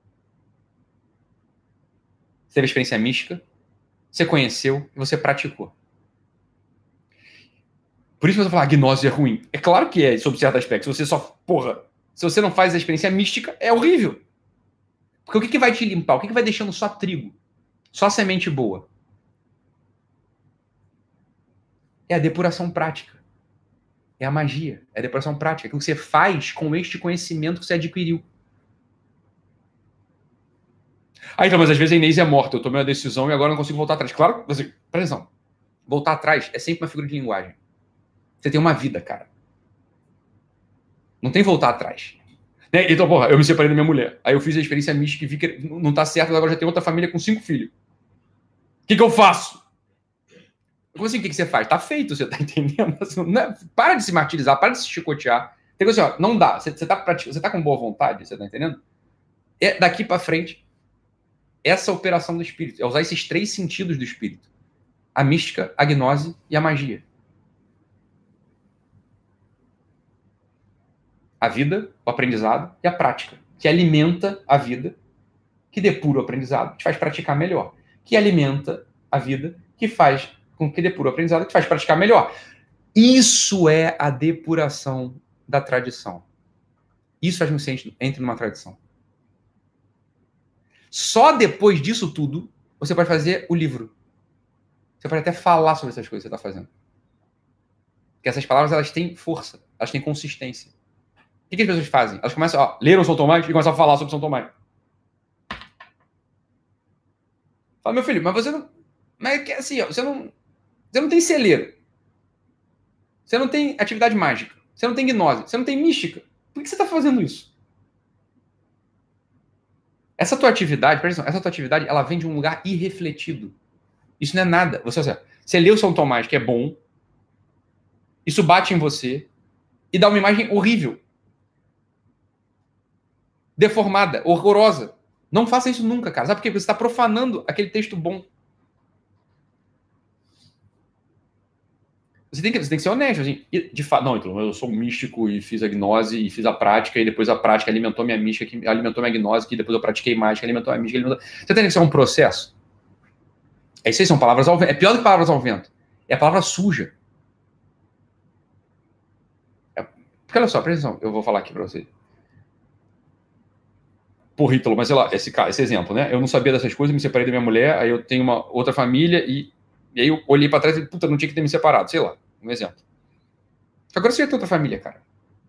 Você teve experiência mística, você conheceu e você praticou. Por isso que você fala, a gnose é ruim. É claro que é, sob certo aspecto. Se você só, porra, se você não faz a experiência mística, é horrível. Porque o que, que vai te limpar? O que, que vai deixando só trigo? Só semente boa? É a depuração prática. É a magia. É a depuração prática. É aquilo que você faz com este conhecimento que você adquiriu. Ah, então, mas às vezes a Inês é morta. Eu tomei uma decisão e agora não consigo voltar atrás. Claro, assim, presta atenção. Voltar atrás é sempre uma figura de linguagem. Você tem uma vida, cara. Não tem voltar atrás. Né? Então, porra, eu me separei da minha mulher. Aí eu fiz a experiência mística e vi que não tá certo, agora já tem outra família com cinco filhos. O que, que eu faço? Como assim, o que, que você faz? Tá feito, você tá entendendo? Não, para de se martirizar, para de se chicotear. Tem coisa assim, ó, não dá. Você, você, tá praticando, você tá com boa vontade, você tá entendendo? É daqui para frente, essa operação do espírito. É usar esses três sentidos do espírito. A mística, a gnose e a magia. A vida, o aprendizado e a prática, que alimenta a vida, que depura o aprendizado, que faz praticar melhor, que alimenta a vida, que faz com que depura o aprendizado, que faz praticar melhor. Isso é a depuração da tradição. Isso faz com que você entre numa tradição. Só depois disso tudo, você pode fazer o livro. Você pode até falar sobre essas coisas que você está fazendo. Porque essas palavras, elas têm força, elas têm consistência. O que, que as pessoas fazem? Elas começam, ó, leram São Tomás e começam a falar sobre São Tomás. Fala, meu filho, mas você não... Mas é que assim, ó, você não... Você não tem celeiro. Você não tem atividade mágica. Você não tem gnose. Você não tem mística. Por que você está fazendo isso? Essa tua atividade, presta atenção, essa tua atividade, ela vem de um lugar irrefletido. Isso não é nada. Você, você, você leu São Tomás, que é bom. Isso bate em você e dá uma imagem horrível. Deformada, horrorosa. Não faça isso nunca, cara. Sabe por quê? Porque você está profanando aquele texto bom. Você tem que, você tem que ser honesto. Assim. E, de fato, não, então, eu sou um místico e fiz a gnose e fiz a prática, e depois a prática alimentou minha mística, que alimentou minha gnose, que depois eu pratiquei mágica, alimentou a mística. Alimentou... Você tem que ser um processo. É isso aí, são palavras ao vento. É pior do que palavras ao vento. É a palavra suja. É... Porque olha só, presta atenção, eu vou falar aqui pra vocês. Porra, Ítalo, mas sei lá, esse, esse exemplo, né? Eu não sabia dessas coisas, me separei da minha mulher, aí eu tenho uma outra família e, e aí eu olhei pra trás e puta, não tinha que ter me separado, sei lá, um exemplo. Agora você já tem outra família, cara.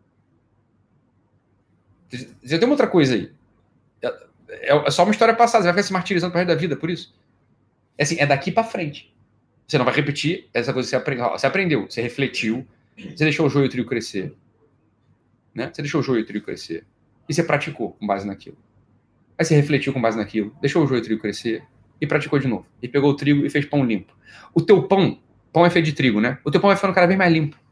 Já tem uma outra coisa aí. É, é só uma história passada, você vai ficar se martirizando pro resto da vida por isso. É assim, é daqui pra frente. Você não vai repetir essa coisa que você aprendeu. Você aprendeu, você refletiu, você deixou o joio e o trigo crescer. Né? Você deixou o joio e o trigo crescer. E você praticou com base naquilo. Aí você refletiu com base naquilo, deixou o joio e o trigo crescer e praticou de novo. E pegou o trigo e fez pão limpo. O teu pão, pão é feito de trigo, né? O teu pão vai ficando cada vez mais limpo.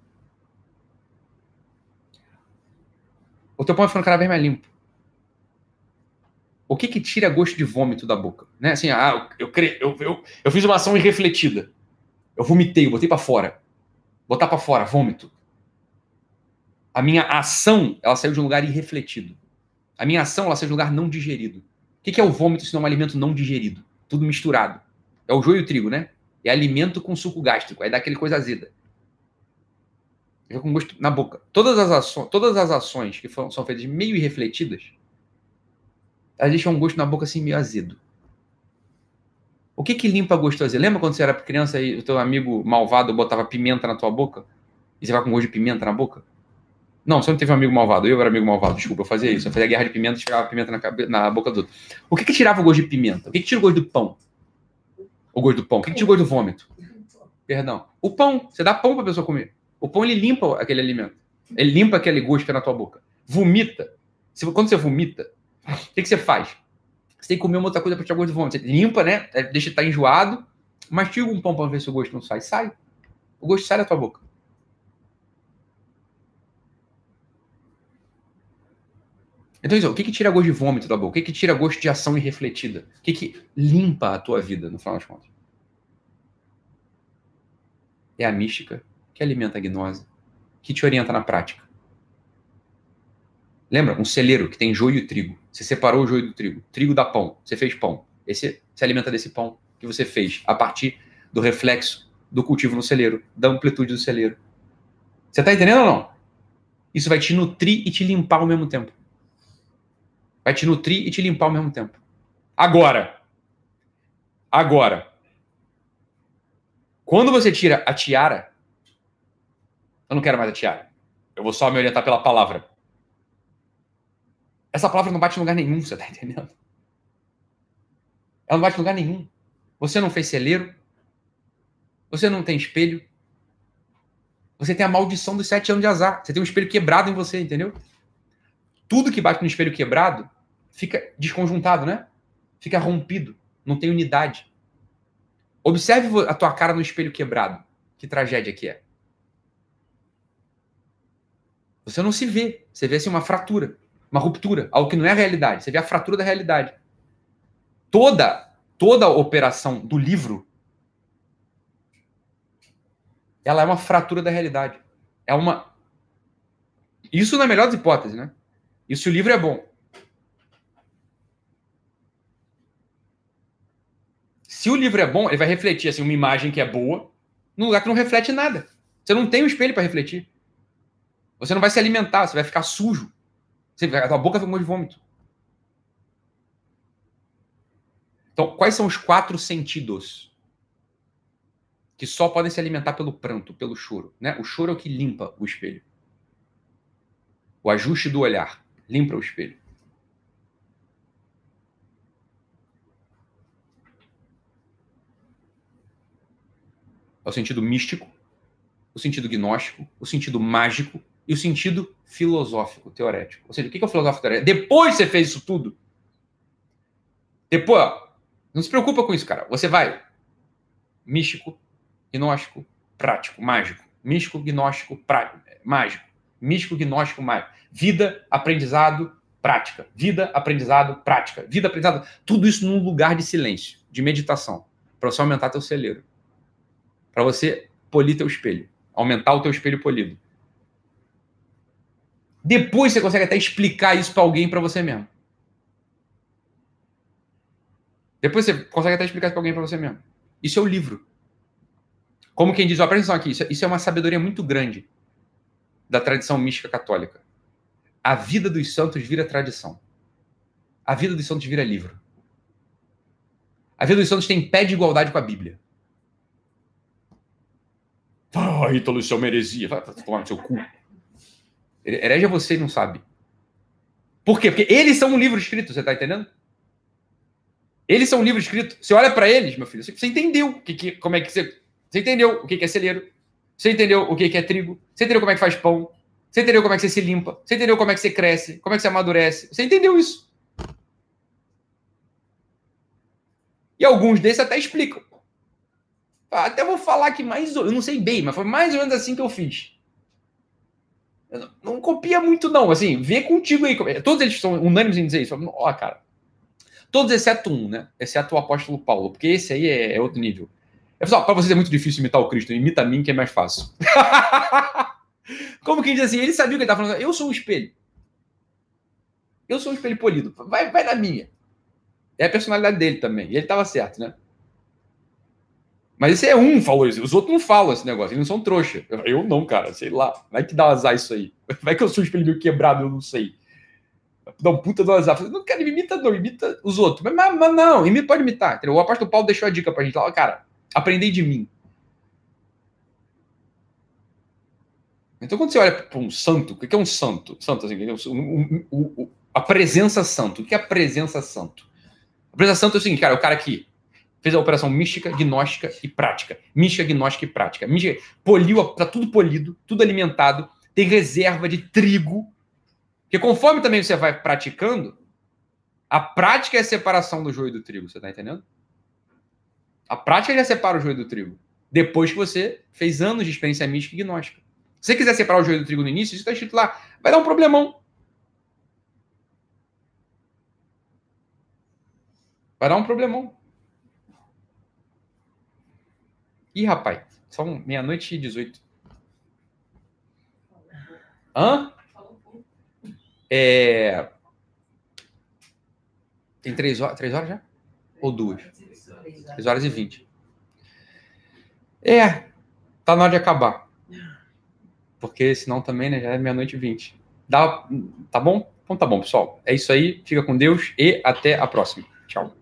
O teu pão vai ficando cada vez mais limpo. O que que tira gosto de vômito da boca? Né? Assim, ah, eu, eu, eu, eu fiz uma ação irrefletida. Eu vomitei, eu botei pra fora. Botar pra fora, vômito. A minha ação, ela saiu de um lugar irrefletido. A minha ação, ela saiu de um lugar não digerido. O que é o vômito se não é um alimento não digerido? Tudo misturado. É o joio e o trigo, né? É alimento com suco gástrico. Aí dá aquele coisa azeda. Fica com gosto na boca. Todas as ações, todas as ações que foram, são feitas meio irrefletidas, elas deixam um gosto na boca assim meio azedo. O que que limpa gosto azedo? Lembra quando você era criança e o teu amigo malvado botava pimenta na tua boca? E você vai com gosto de pimenta na boca? Não, você não teve um amigo malvado. Eu era amigo malvado, desculpa, eu fazia isso. Eu fazia guerra de pimenta e tirava pimenta na, cabe... na boca do outro. O que que tirava o gosto de pimenta? O que que tira o gosto do pão? O gosto do pão. O que que tira o gosto do vômito? Perdão. O pão. Você dá pão pra pessoa comer. O pão, ele limpa aquele alimento. Ele limpa aquele gosto que é na tua boca. Vomita. Se, quando você vomita, o que, que você faz? Você tem que comer uma outra coisa para tirar gosto de vômito. Você limpa, né? Deixa estar enjoado. Mastiga um pão para ver se o gosto não sai. Sai. O gosto sai da tua boca. Então, isso, o que, que tira gosto de vômito da boca? O que, que tira gosto de ação irrefletida? O que, que limpa a tua vida, no final das contas? É a mística que alimenta a gnose, que te orienta na prática. Lembra? Um celeiro que tem joio e trigo. Você separou o joio do trigo. Trigo dá pão. Você fez pão. Esse, você alimenta desse pão que você fez a partir do reflexo do cultivo no celeiro, da amplitude do celeiro. Você está entendendo ou não? Isso vai te nutrir e te limpar ao mesmo tempo. Vai te nutrir e te limpar ao mesmo tempo. Agora. Agora. Quando você tira a tiara, eu não quero mais a tiara. Eu vou só me orientar pela palavra. Essa palavra não bate em lugar nenhum, você tá entendendo? Ela não bate em lugar nenhum. Você não fez celeiro. Você não tem espelho. Você tem a maldição dos sete anos de azar. Você tem um espelho quebrado em você, entendeu? Tudo que bate no espelho quebrado fica desconjuntado, né? Fica rompido. Não tem unidade. Observe a tua cara no espelho quebrado. Que tragédia que é. Você não se vê. Você vê assim uma fratura. Uma ruptura. Algo que não é a realidade. Você vê a fratura da realidade. Toda, toda a operação do livro, ela é uma fratura da realidade. É uma... Isso na melhor das hipóteses, né? Isso se o livro é bom. Se o livro é bom, ele vai refletir assim, uma imagem que é boa num lugar que não reflete nada. Você não tem um espelho para refletir. Você não vai se alimentar, você vai ficar sujo. Você vai, a tua boca fica um monte de vômito. Então, quais são os quatro sentidos que só podem se alimentar pelo pranto, pelo choro, né? O choro é o que limpa o espelho. O ajuste do olhar limpa o espelho. É o sentido místico, o sentido gnóstico, o sentido mágico e o sentido filosófico, teorético. Ou seja, o que é o filosófico teorético? Depois que você fez isso tudo, depois, ó, não se preocupa com isso, cara. Você vai místico, gnóstico, prático, mágico. Místico, gnóstico, prático, mágico. Místico, gnóstico, mágico. Vida, aprendizado, prática. Vida, aprendizado, prática. Vida, aprendizado. Tudo isso num lugar de silêncio, de meditação, para você aumentar teu celeiro. Para você polir teu espelho. Aumentar o teu espelho polido. Depois você consegue até explicar isso para alguém, para você mesmo. Depois você consegue até explicar isso para alguém, para você mesmo. Isso é o livro. Como quem diz, ó, presta atenção aqui, isso, isso é uma sabedoria muito grande da tradição mística católica. A vida dos santos vira tradição. A vida dos santos vira livro. A vida dos santos tem pé de igualdade com a Bíblia. Ah, Ítalo, isso é uma heresia. Vai tomar no seu cu. Herege é você e não sabe. Por quê? Porque eles são um livro escrito, você tá entendendo? Eles são um livro escrito. Você olha para eles, meu filho, você entendeu que, que, como é que você... Você entendeu o que é celeiro. Você entendeu o que é trigo. Você entendeu como é que faz pão. Você entendeu como é que você se limpa. Você entendeu como é que você cresce. Como é que você amadurece. Você entendeu isso. E alguns desses até explicam. Até vou falar que mais... Eu não sei bem, mas foi mais ou menos assim que eu fiz. Eu não, não copia muito, não. Assim, vê contigo aí. Todos eles são unânimes em dizer isso. Ó, cara. Todos exceto um, né? Exceto o apóstolo Paulo. Porque esse aí é, é outro nível. É, pessoal, para vocês é muito difícil imitar o Cristo. Imita a mim, que é mais fácil. Como quem diz assim, ele sabia o que ele estava falando. Eu sou um espelho. Eu sou um espelho polido. Vai, vai na minha. É a personalidade dele também. E ele estava certo, né? Mas esse é um falou isso. Os outros não falam esse negócio. Eles não são trouxa. Eu não, cara. Sei lá. Vai que dá um azar isso aí. Vai que eu sou um espelho meio quebrado, eu não sei. Dá um puta do azar. Não, cara, imita não. Imita os outros. Mas, mas, mas não. Imita, pode imitar. Entendeu? O apóstolo Paulo deixou a dica pra gente lá. Cara, aprendei de mim. Então, quando você olha para um santo, o que é um santo? Santo, assim, um, um, um, a presença santo. O que é a presença santo? A presença santo é o seguinte, cara, é o cara que Fez a operação mística, gnóstica e prática. Mística, gnóstica e prática. Mística, poliu, tá tudo polido, tudo alimentado, tem reserva de trigo. Porque conforme também você vai praticando, a prática é a separação do joio e do trigo, você tá entendendo? A prática já separa o joio do trigo. Depois que você fez anos de experiência mística e gnóstica. Se você quiser separar o joio do trigo no início, isso está escrito lá, vai dar um problemão. Vai dar um problemão. Ih, rapaz, são meia-noite e dezoito. Hã? É... Tem três horas, três horas já? Ou duas? Três horas e vinte. É, tá na hora de acabar. Porque senão também, né, já é meia-noite e vinte. Dá, tá bom? Então tá bom, pessoal. É isso aí. Fica com Deus e até a próxima. Tchau.